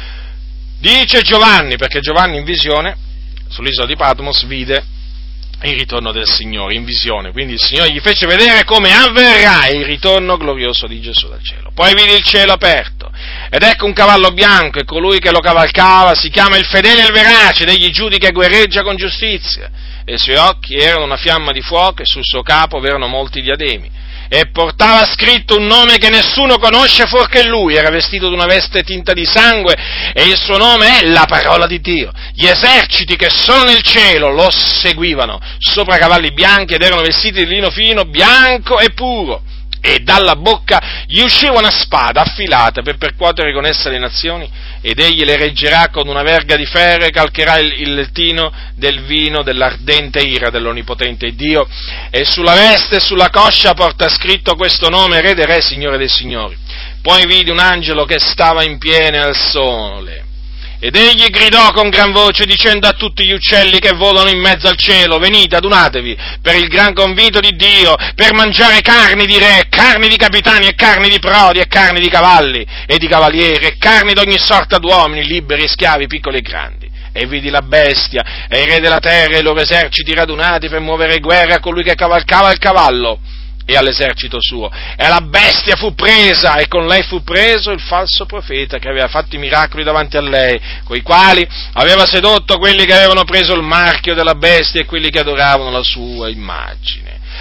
A: Dice Giovanni, perché Giovanni in visione, sull'isola di Patmos, vide il ritorno del Signore, in visione, quindi il Signore gli fece vedere come avverrà il ritorno glorioso di Gesù dal cielo. Poi vide il cielo aperto, ed ecco un cavallo bianco, e colui che lo cavalcava si chiama il fedele e il verace, ed egli giudica e guerreggia con giustizia, e i suoi occhi erano una fiamma di fuoco, e sul suo capo v'erano molti diademi, e portava scritto un nome che nessuno conosce fuorché lui, era vestito di una veste tinta di sangue, e il suo nome è la parola di Dio. Gli eserciti che sono nel cielo lo seguivano, sopra cavalli bianchi, ed erano vestiti di lino fino, bianco e puro, e dalla bocca gli usciva una spada affilata per percuotere con essa le nazioni, ed egli le reggerà con una verga di ferro e calcherà il tino del vino dell'ardente ira dell'Onnipotente Dio, e sulla veste e sulla coscia porta scritto questo nome: Re dei Re, Signore dei Signori. Poi vidi un angelo che stava in piene al sole, ed egli gridò con gran voce dicendo a tutti gli uccelli che volano in mezzo al cielo: venite, adunatevi per il gran convito di Dio, per mangiare carni di re, carni di capitani, e carni di prodi, e carni di cavalli e di cavalieri, e carni di ogni sorta d'uomini, liberi e schiavi, piccoli e grandi. E vidi la bestia e i re della terra e i loro eserciti radunati per muovere guerra a colui che cavalcava il cavallo e all'esercito suo. E la bestia fu presa, e con lei fu preso il falso profeta che aveva fatto i miracoli davanti a lei, coi quali aveva sedotto quelli che avevano preso il marchio della bestia e quelli che adoravano la sua immagine.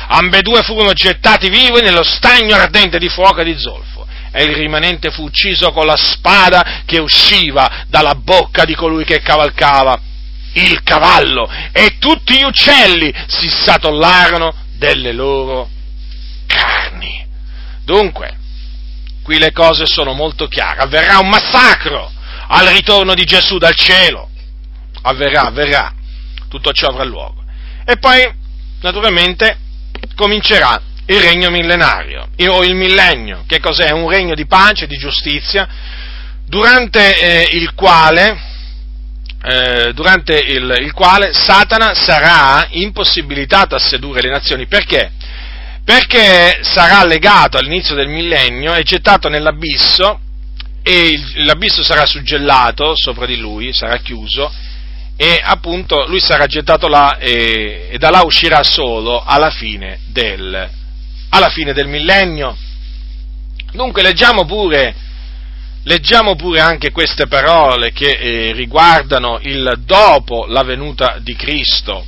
A: ambedue furono gettati vivi nello stagno ardente di fuoco e di zolfo, e il rimanente fu ucciso con la spada che usciva dalla bocca di colui che cavalcava il cavallo, e tutti gli uccelli si satollarono delle loro carni. Dunque, qui le cose sono molto chiare: avverrà un massacro al ritorno di Gesù dal cielo, avverrà, tutto ciò avrà luogo, e poi naturalmente comincerà il regno millenario, o il millennio. Che cos'è? Un regno di pace e di giustizia, durante il quale Satana sarà impossibilitato a sedurre le nazioni. Perché? Perché sarà legato all'inizio del millennio e gettato nell'abisso, e l'abisso sarà suggellato sopra di lui, sarà chiuso, e appunto lui sarà gettato là, e da là uscirà solo alla fine del millennio. Dunque leggiamo pure anche queste parole che riguardano il dopo la venuta di Cristo.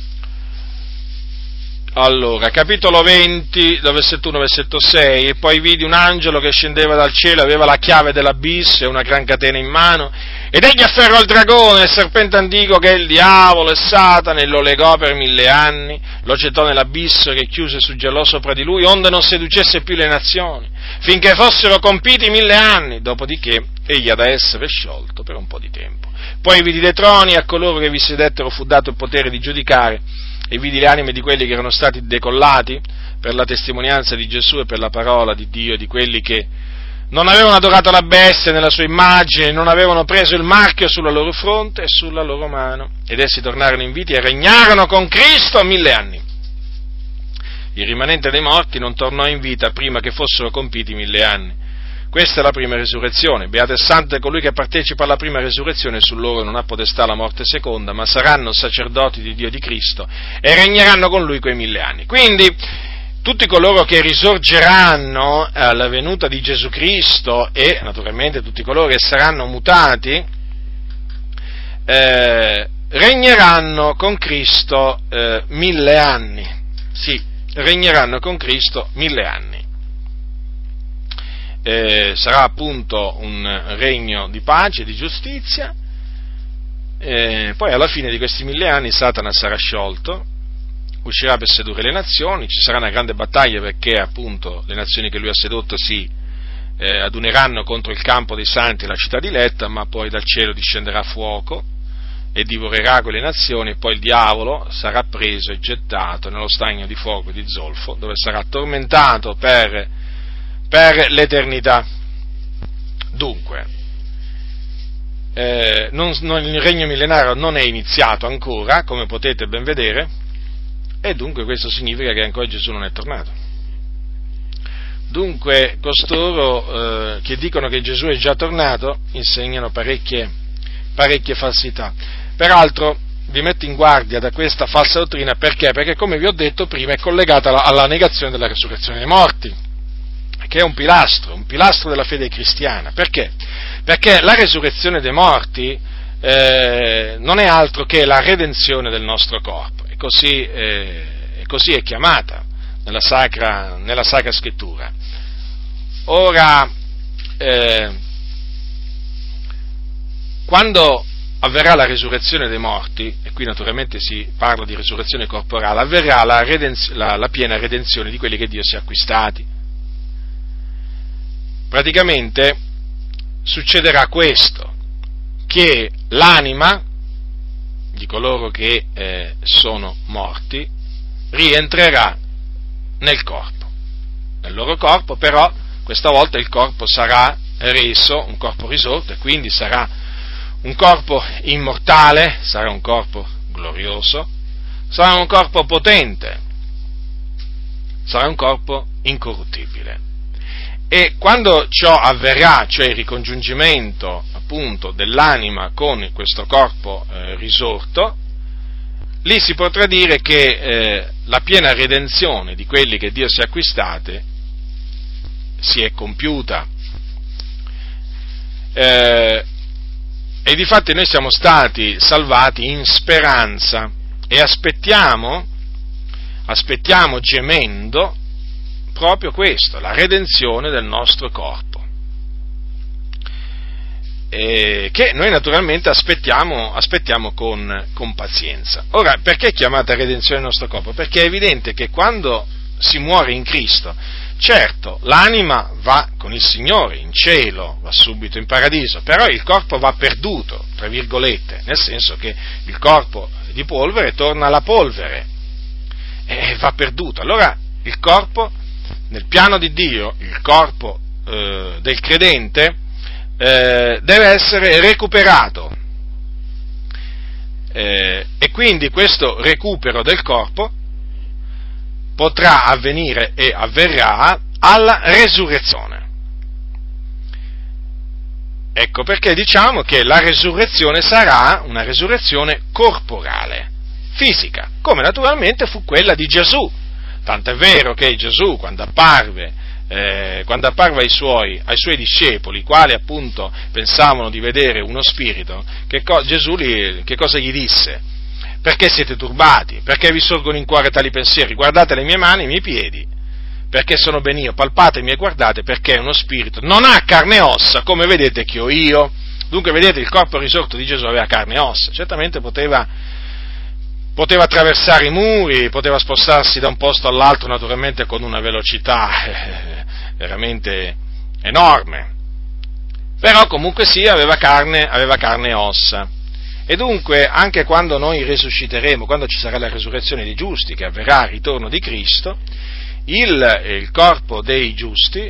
A: Allora, capitolo 20, versetto 1, versetto 6, e poi vidi un angelo che scendeva dal cielo, aveva la chiave dell'abisso e una gran catena in mano, ed egli afferrò il dragone, il serpente antico che è il diavolo e Satana, e lo legò per 1000 anni, lo gettò nell'abisso che chiuse e suggellò sopra di lui, onde non seducesse più le nazioni, finché fossero compiti 1000 anni, dopodiché egli ha da essere sciolto per un po' di tempo. Poi vidi dei troni, e a coloro che vi sedettero fu dato il potere di giudicare, e vidi le anime di quelli che erano stati decollati per la testimonianza di Gesù e per la parola di Dio, di quelli che non avevano adorato la bestia nella sua immagine, non avevano preso il marchio sulla loro fronte e sulla loro mano, ed essi tornarono in vita e regnarono con Cristo 1000 anni. Il rimanente dei morti non tornò in vita prima che fossero compiti 1000 anni. Questa è la prima resurrezione. Beato e santo è colui che partecipa alla prima resurrezione, su loro non ha potestà la morte seconda, ma saranno sacerdoti di Dio e di Cristo e regneranno con lui quei 1000 anni. Quindi tutti coloro che risorgeranno alla venuta di Gesù Cristo, e naturalmente tutti coloro che saranno mutati, regneranno con Cristo 1000 anni. Sì, regneranno con Cristo 1000 anni. Sarà appunto un regno di pace e di giustizia, poi alla fine di questi 1000 anni Satana sarà sciolto, uscirà per sedurre le nazioni, ci sarà una grande battaglia perché appunto le nazioni che lui ha sedotto si aduneranno contro il campo dei santi e la città diletta, ma poi dal cielo discenderà fuoco e divorerà quelle nazioni, e poi il diavolo sarà preso e gettato nello stagno di fuoco e di zolfo, dove sarà tormentato per l'eternità. Dunque, il regno millenario non è iniziato ancora, come potete ben vedere, e dunque questo significa che ancora Gesù non è tornato. Dunque, costoro che dicono che Gesù è già tornato insegnano parecchie falsità. Peraltro, vi metto in guardia da questa falsa dottrina, perché? Perché, come vi ho detto prima, è collegata alla negazione della resurrezione dei morti, che è un pilastro della fede cristiana. Perché? Perché la resurrezione dei morti non è altro che la redenzione del nostro corpo, e così è chiamata nella Sacra Scrittura. Ora, quando avverrà la resurrezione dei morti, e qui naturalmente si parla di resurrezione corporale, avverrà la piena redenzione di quelli che Dio si è acquistati. Praticamente succederà questo, che l'anima di coloro che sono morti rientrerà nel corpo. Nel loro corpo, però, questa volta il corpo sarà reso un corpo risorto, e quindi sarà un corpo immortale, sarà un corpo glorioso, sarà un corpo potente, sarà un corpo incorruttibile. E quando ciò avverrà, cioè il ricongiungimento appunto dell'anima con questo corpo risorto, lì si potrà dire che la piena redenzione di quelli che Dio si è acquistate si è compiuta. E difatti noi siamo stati salvati in speranza e aspettiamo aspettiamo gemendo proprio questo, la redenzione del nostro corpo, che noi naturalmente aspettiamo con pazienza. Ora, perché è chiamata redenzione del nostro corpo? Perché è evidente che quando si muore in Cristo, certo, l'anima va con il Signore in cielo, va subito in paradiso, però il corpo va perduto, tra virgolette, nel senso che il corpo di polvere torna alla polvere e va perduto. Allora il corpo, nel piano di Dio, il corpo del credente deve essere recuperato, e quindi questo recupero del corpo potrà avvenire e avverrà alla resurrezione. Ecco perché diciamo che la resurrezione sarà una resurrezione corporale, fisica, come naturalmente fu quella di Gesù. Tant'è vero che Gesù, quando apparve ai suoi discepoli, i quali appunto pensavano di vedere uno spirito, Gesù che cosa gli disse? Perché siete turbati? Perché vi sorgono in cuore tali pensieri? Guardate le mie mani e i miei piedi, perché sono ben io, palpatemi e guardate, perché è uno spirito, non ha carne e ossa, come vedete che ho io. Dunque, vedete, il corpo risorto di Gesù aveva carne e ossa, certamente poteva attraversare i muri, poteva spostarsi da un posto all'altro, naturalmente con una velocità veramente enorme, però comunque sì, aveva carne e ossa. E dunque, anche quando noi risusciteremo, quando ci sarà la resurrezione dei giusti, che avverrà al ritorno di Cristo, il corpo dei giusti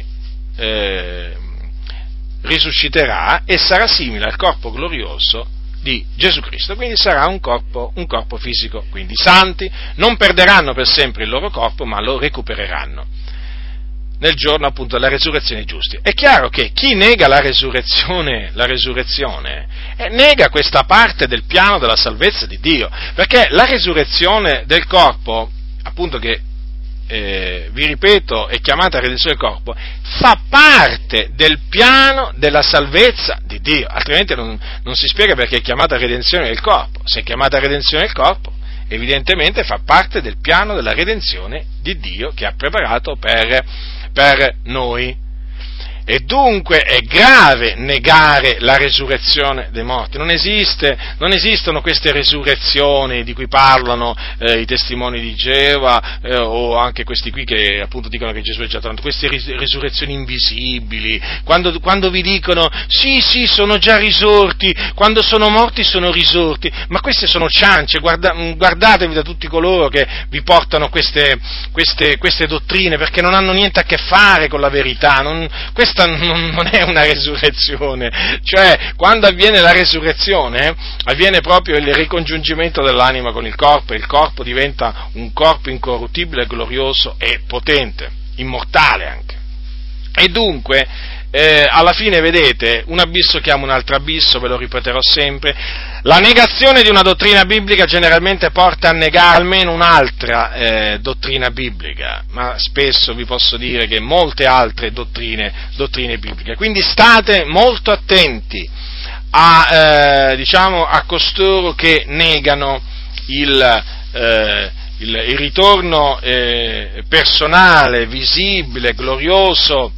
A: risusciterà e sarà simile al corpo glorioso di Gesù Cristo, quindi sarà un corpo fisico, quindi i santi non perderanno per sempre il loro corpo, ma lo recupereranno nel giorno appunto della resurrezione dei giusti. È chiaro che chi nega la resurrezione nega questa parte del piano della salvezza di Dio, perché la resurrezione del corpo, appunto, che vi ripeto è chiamata redenzione del corpo, fa parte del piano della salvezza di Dio, altrimenti non si spiega perché è chiamata redenzione del corpo. Se è chiamata redenzione del corpo, evidentemente fa parte del piano della redenzione di Dio che ha preparato per noi. E dunque è grave negare la resurrezione dei morti. Non esistono queste resurrezioni di cui parlano i testimoni di Geova o anche questi qui che appunto dicono che Gesù è già tornato, queste risurrezioni invisibili, quando vi dicono sì, sono già risorti, quando sono morti sono risorti, ma queste sono ciance. Guardatevi da tutti coloro che vi portano queste dottrine, perché non hanno niente a che fare con la verità. Questa non è una resurrezione, cioè quando avviene la resurrezione avviene proprio il ricongiungimento dell'anima con il corpo, e il corpo diventa un corpo incorruttibile, glorioso e potente, immortale anche. E dunque alla fine, vedete, un abisso chiama un altro abisso, ve lo ripeterò sempre. La negazione di una dottrina biblica generalmente porta a negare almeno un'altra dottrina biblica, ma spesso vi posso dire che molte altre dottrine bibliche. Quindi state molto attenti a costoro che negano il ritorno personale, visibile, glorioso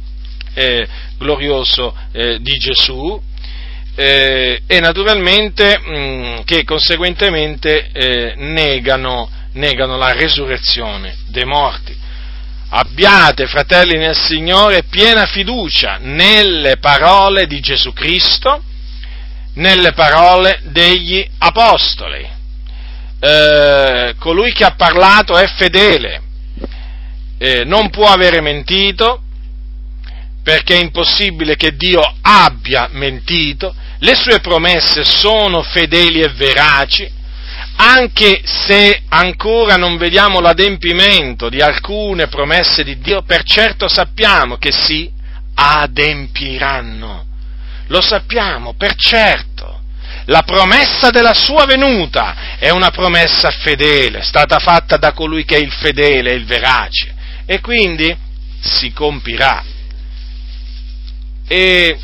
A: di Gesù, e naturalmente che conseguentemente negano la resurrezione dei morti. Abbiate, fratelli nel Signore, piena fiducia nelle parole di Gesù Cristo, nelle parole degli Apostoli. Colui che ha parlato è fedele, non può avere mentito, perché è impossibile che Dio abbia mentito. Le sue promesse sono fedeli e veraci, anche se ancora non vediamo l'adempimento di alcune promesse di Dio, per certo sappiamo che si adempiranno. Lo sappiamo, per certo. La promessa della sua venuta è una promessa fedele, è stata fatta da colui che è il fedele e il verace, e quindi si compirà. E,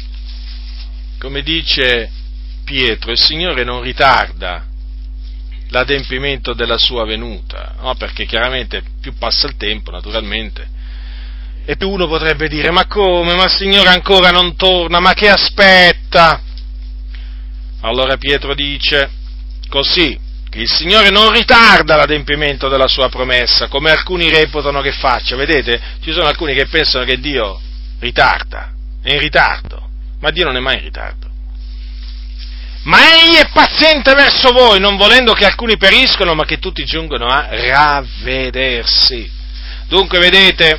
A: come dice Pietro, il Signore non ritarda l'adempimento della sua venuta, no? Perché chiaramente più passa il tempo, naturalmente, e più uno potrebbe dire: ma come? Ma il Signore ancora non torna? Ma che aspetta? Allora Pietro dice così, che il Signore non ritarda l'adempimento della sua promessa, come alcuni reputano che faccia. Vedete, ci sono alcuni che pensano che Dio ritarda, è in ritardo, ma Dio non è mai in ritardo. Ma Egli è paziente verso voi, non volendo che alcuni periscono, ma che tutti giungano a ravvedersi. Dunque, vedete,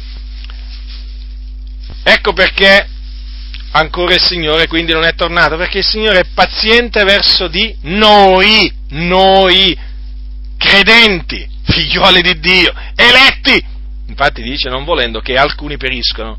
A: ecco perché ancora il Signore quindi non è tornato, perché il Signore è paziente verso di noi, credenti, figliuoli di Dio, eletti. Infatti dice: non volendo che alcuni periscono,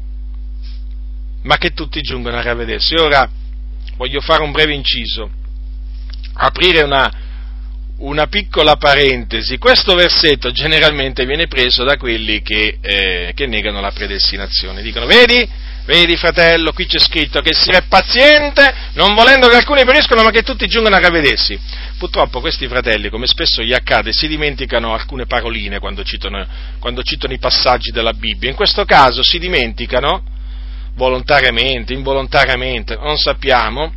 A: ma che tutti giungano a ravvedersi. Ora voglio fare un breve inciso, aprire una piccola parentesi. Questo versetto generalmente viene preso da quelli che negano la predestinazione. Dicono: vedi fratello, qui c'è scritto che si è paziente, non volendo che alcuni periscono, ma che tutti giungano a ravvedersi. Purtroppo questi fratelli, come spesso gli accade, si dimenticano alcune paroline quando citano i passaggi della Bibbia. In questo caso si dimenticano, volontariamente, involontariamente, non sappiamo,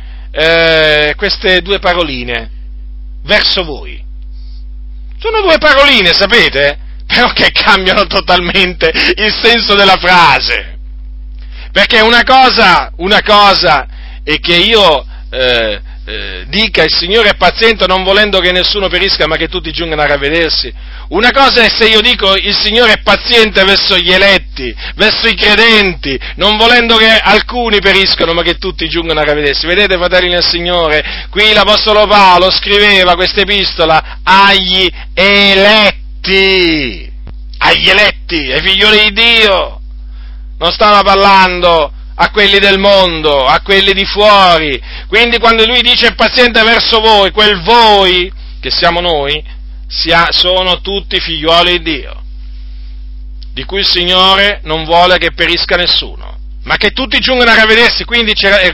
A: queste due paroline: verso voi. Sono due paroline, sapete? Però che cambiano totalmente il senso della frase. Perché una cosa è che io dica: il Signore è paziente non volendo che nessuno perisca, ma che tutti giungano a ravvedersi. Una cosa è se io dico: il Signore è paziente verso gli eletti, verso i credenti, non volendo che alcuni periscano, ma che tutti giungano a ravvedersi. Vedete, fratelli nel Signore, qui l'Apostolo Paolo scriveva questa epistola agli eletti, ai figlioli di Dio. Non stava parlando a quelli del mondo, a quelli di fuori. Quindi quando lui dice è paziente verso voi, quel voi, che siamo noi, sono tutti figliuoli di Dio, di cui il Signore non vuole che perisca nessuno, ma che tutti giungano a ravvedersi. Quindi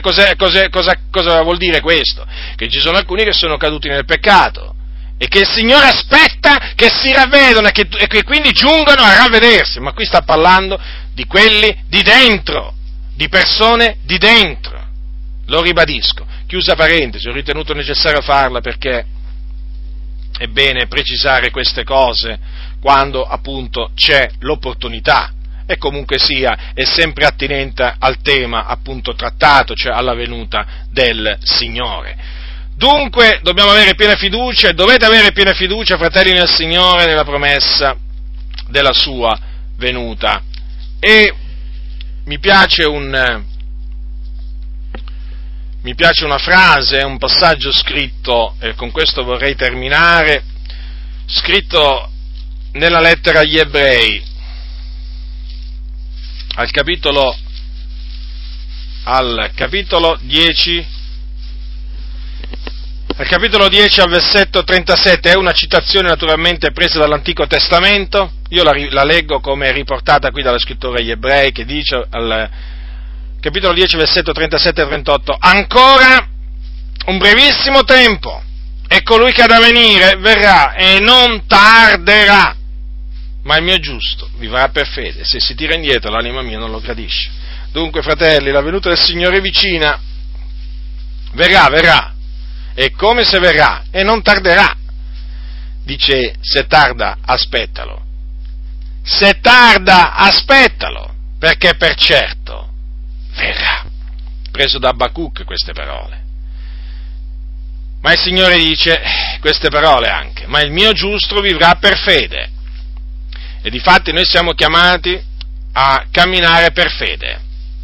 A: cosa vuol dire questo? Che ci sono alcuni che sono caduti nel peccato e che il Signore aspetta che si ravvedano e che quindi giungano a ravvedersi. Ma qui sta parlando di quelli di dentro, di persone di dentro. Lo ribadisco. Chiusa parentesi, ho ritenuto necessario farla perché è bene precisare queste cose quando appunto c'è l'opportunità, e comunque sia è sempre attinente al tema appunto trattato, cioè alla venuta del Signore. Dunque dobbiamo avere piena fiducia, e dovete avere piena fiducia, fratelli nel Signore, nella promessa della sua venuta. E mi piace una frase, un passaggio scritto, e con questo vorrei terminare, scritto nella lettera agli Ebrei, al capitolo 10, al versetto 37, è una citazione naturalmente presa dall'Antico Testamento. Io la leggo come riportata qui dallo scrittore agli Ebrei, che dice al capitolo 10, versetto 37 e 38: ancora un brevissimo tempo, e colui che ha da venire verrà e non tarderà, ma il mio giusto vivrà per fede. Se si tira indietro, l'anima mia non lo gradisce. Dunque, fratelli, la venuta del Signore è vicina, verrà, e come se verrà, e non tarderà. Dice: se tarda, aspettalo. Se tarda, aspettalo, perché per certo verrà. Preso da Abacuc queste parole. Ma il Signore dice queste parole anche: ma il mio giusto vivrà per fede. E difatti noi siamo chiamati a camminare per fede.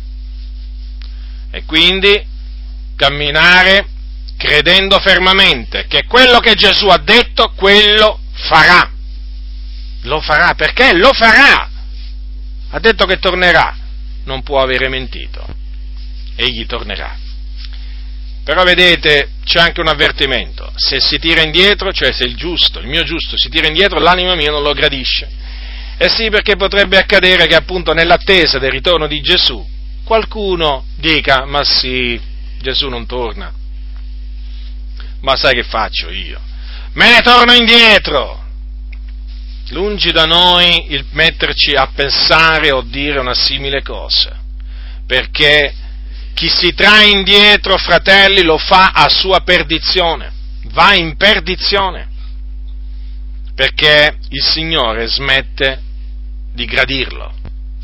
A: E quindi camminare credendo fermamente che quello che Gesù ha detto, quello farà. Lo farà, perché lo farà. Ha detto che tornerà, non può avere mentito. Egli tornerà. Però vedete, c'è anche un avvertimento: se si tira indietro, cioè se il mio giusto si tira indietro, l'anima mia non lo gradisce. Eh sì, perché potrebbe accadere che appunto nell'attesa del ritorno di Gesù qualcuno dica: ma sì, Gesù non torna, ma sai che faccio io? me ne torno indietro. Lungi da noi il metterci a pensare o dire una simile cosa, perché chi si trae indietro, fratelli, lo fa a sua perdizione, va in perdizione, perché il Signore smette di gradirlo.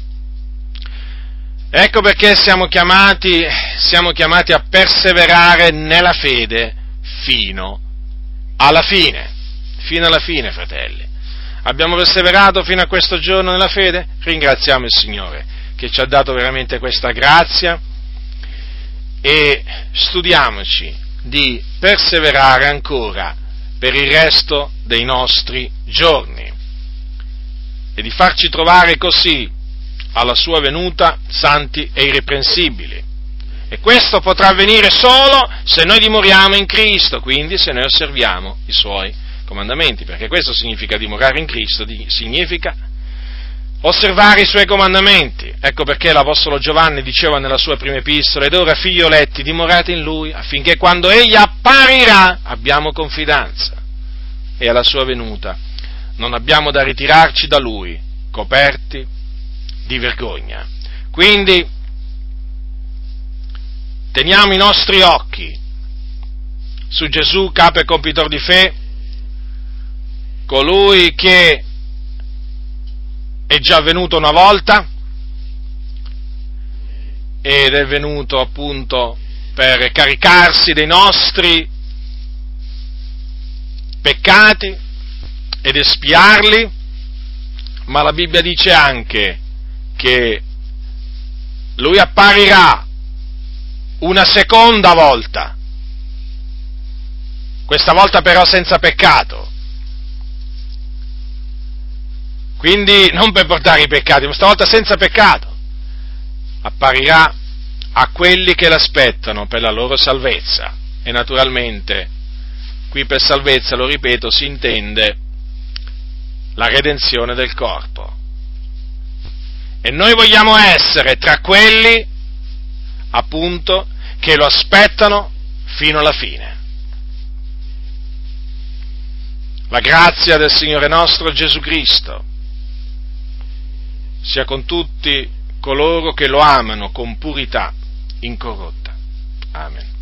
A: Ecco perché siamo chiamati a perseverare nella fede fino alla fine, fratelli. Abbiamo perseverato fino a questo giorno nella fede? Ringraziamo il Signore che ci ha dato veramente questa grazia e studiamoci di perseverare ancora per il resto dei nostri giorni e di farci trovare così alla sua venuta santi e irreprensibili. E questo potrà avvenire solo se noi dimoriamo in Cristo, quindi se noi osserviamo i Suoi comandamenti, perché questo significa dimorare in Cristo, significa osservare i Suoi comandamenti. Ecco perché l'Apostolo Giovanni diceva nella sua prima epistola: ed ora, figlioletti, dimorate in Lui, affinché quando Egli apparirà abbiamo confidenza, e alla sua venuta non abbiamo da ritirarci da Lui, coperti di vergogna. Quindi teniamo i nostri occhi su Gesù, capo e compitor di fede, colui che è già venuto una volta ed è venuto appunto per caricarsi dei nostri peccati ed espiarli, ma la Bibbia dice anche che Lui apparirà una seconda volta, questa volta però senza peccato. Quindi non per portare i peccati, ma stavolta senza peccato. Apparirà a quelli che l'aspettano per la loro salvezza. E naturalmente, qui per salvezza, lo ripeto, si intende la redenzione del corpo. E noi vogliamo essere tra quelli, appunto, che lo aspettano fino alla fine. La grazia del Signore nostro Gesù Cristo sia con tutti coloro che lo amano con purità incorrotta. Amen.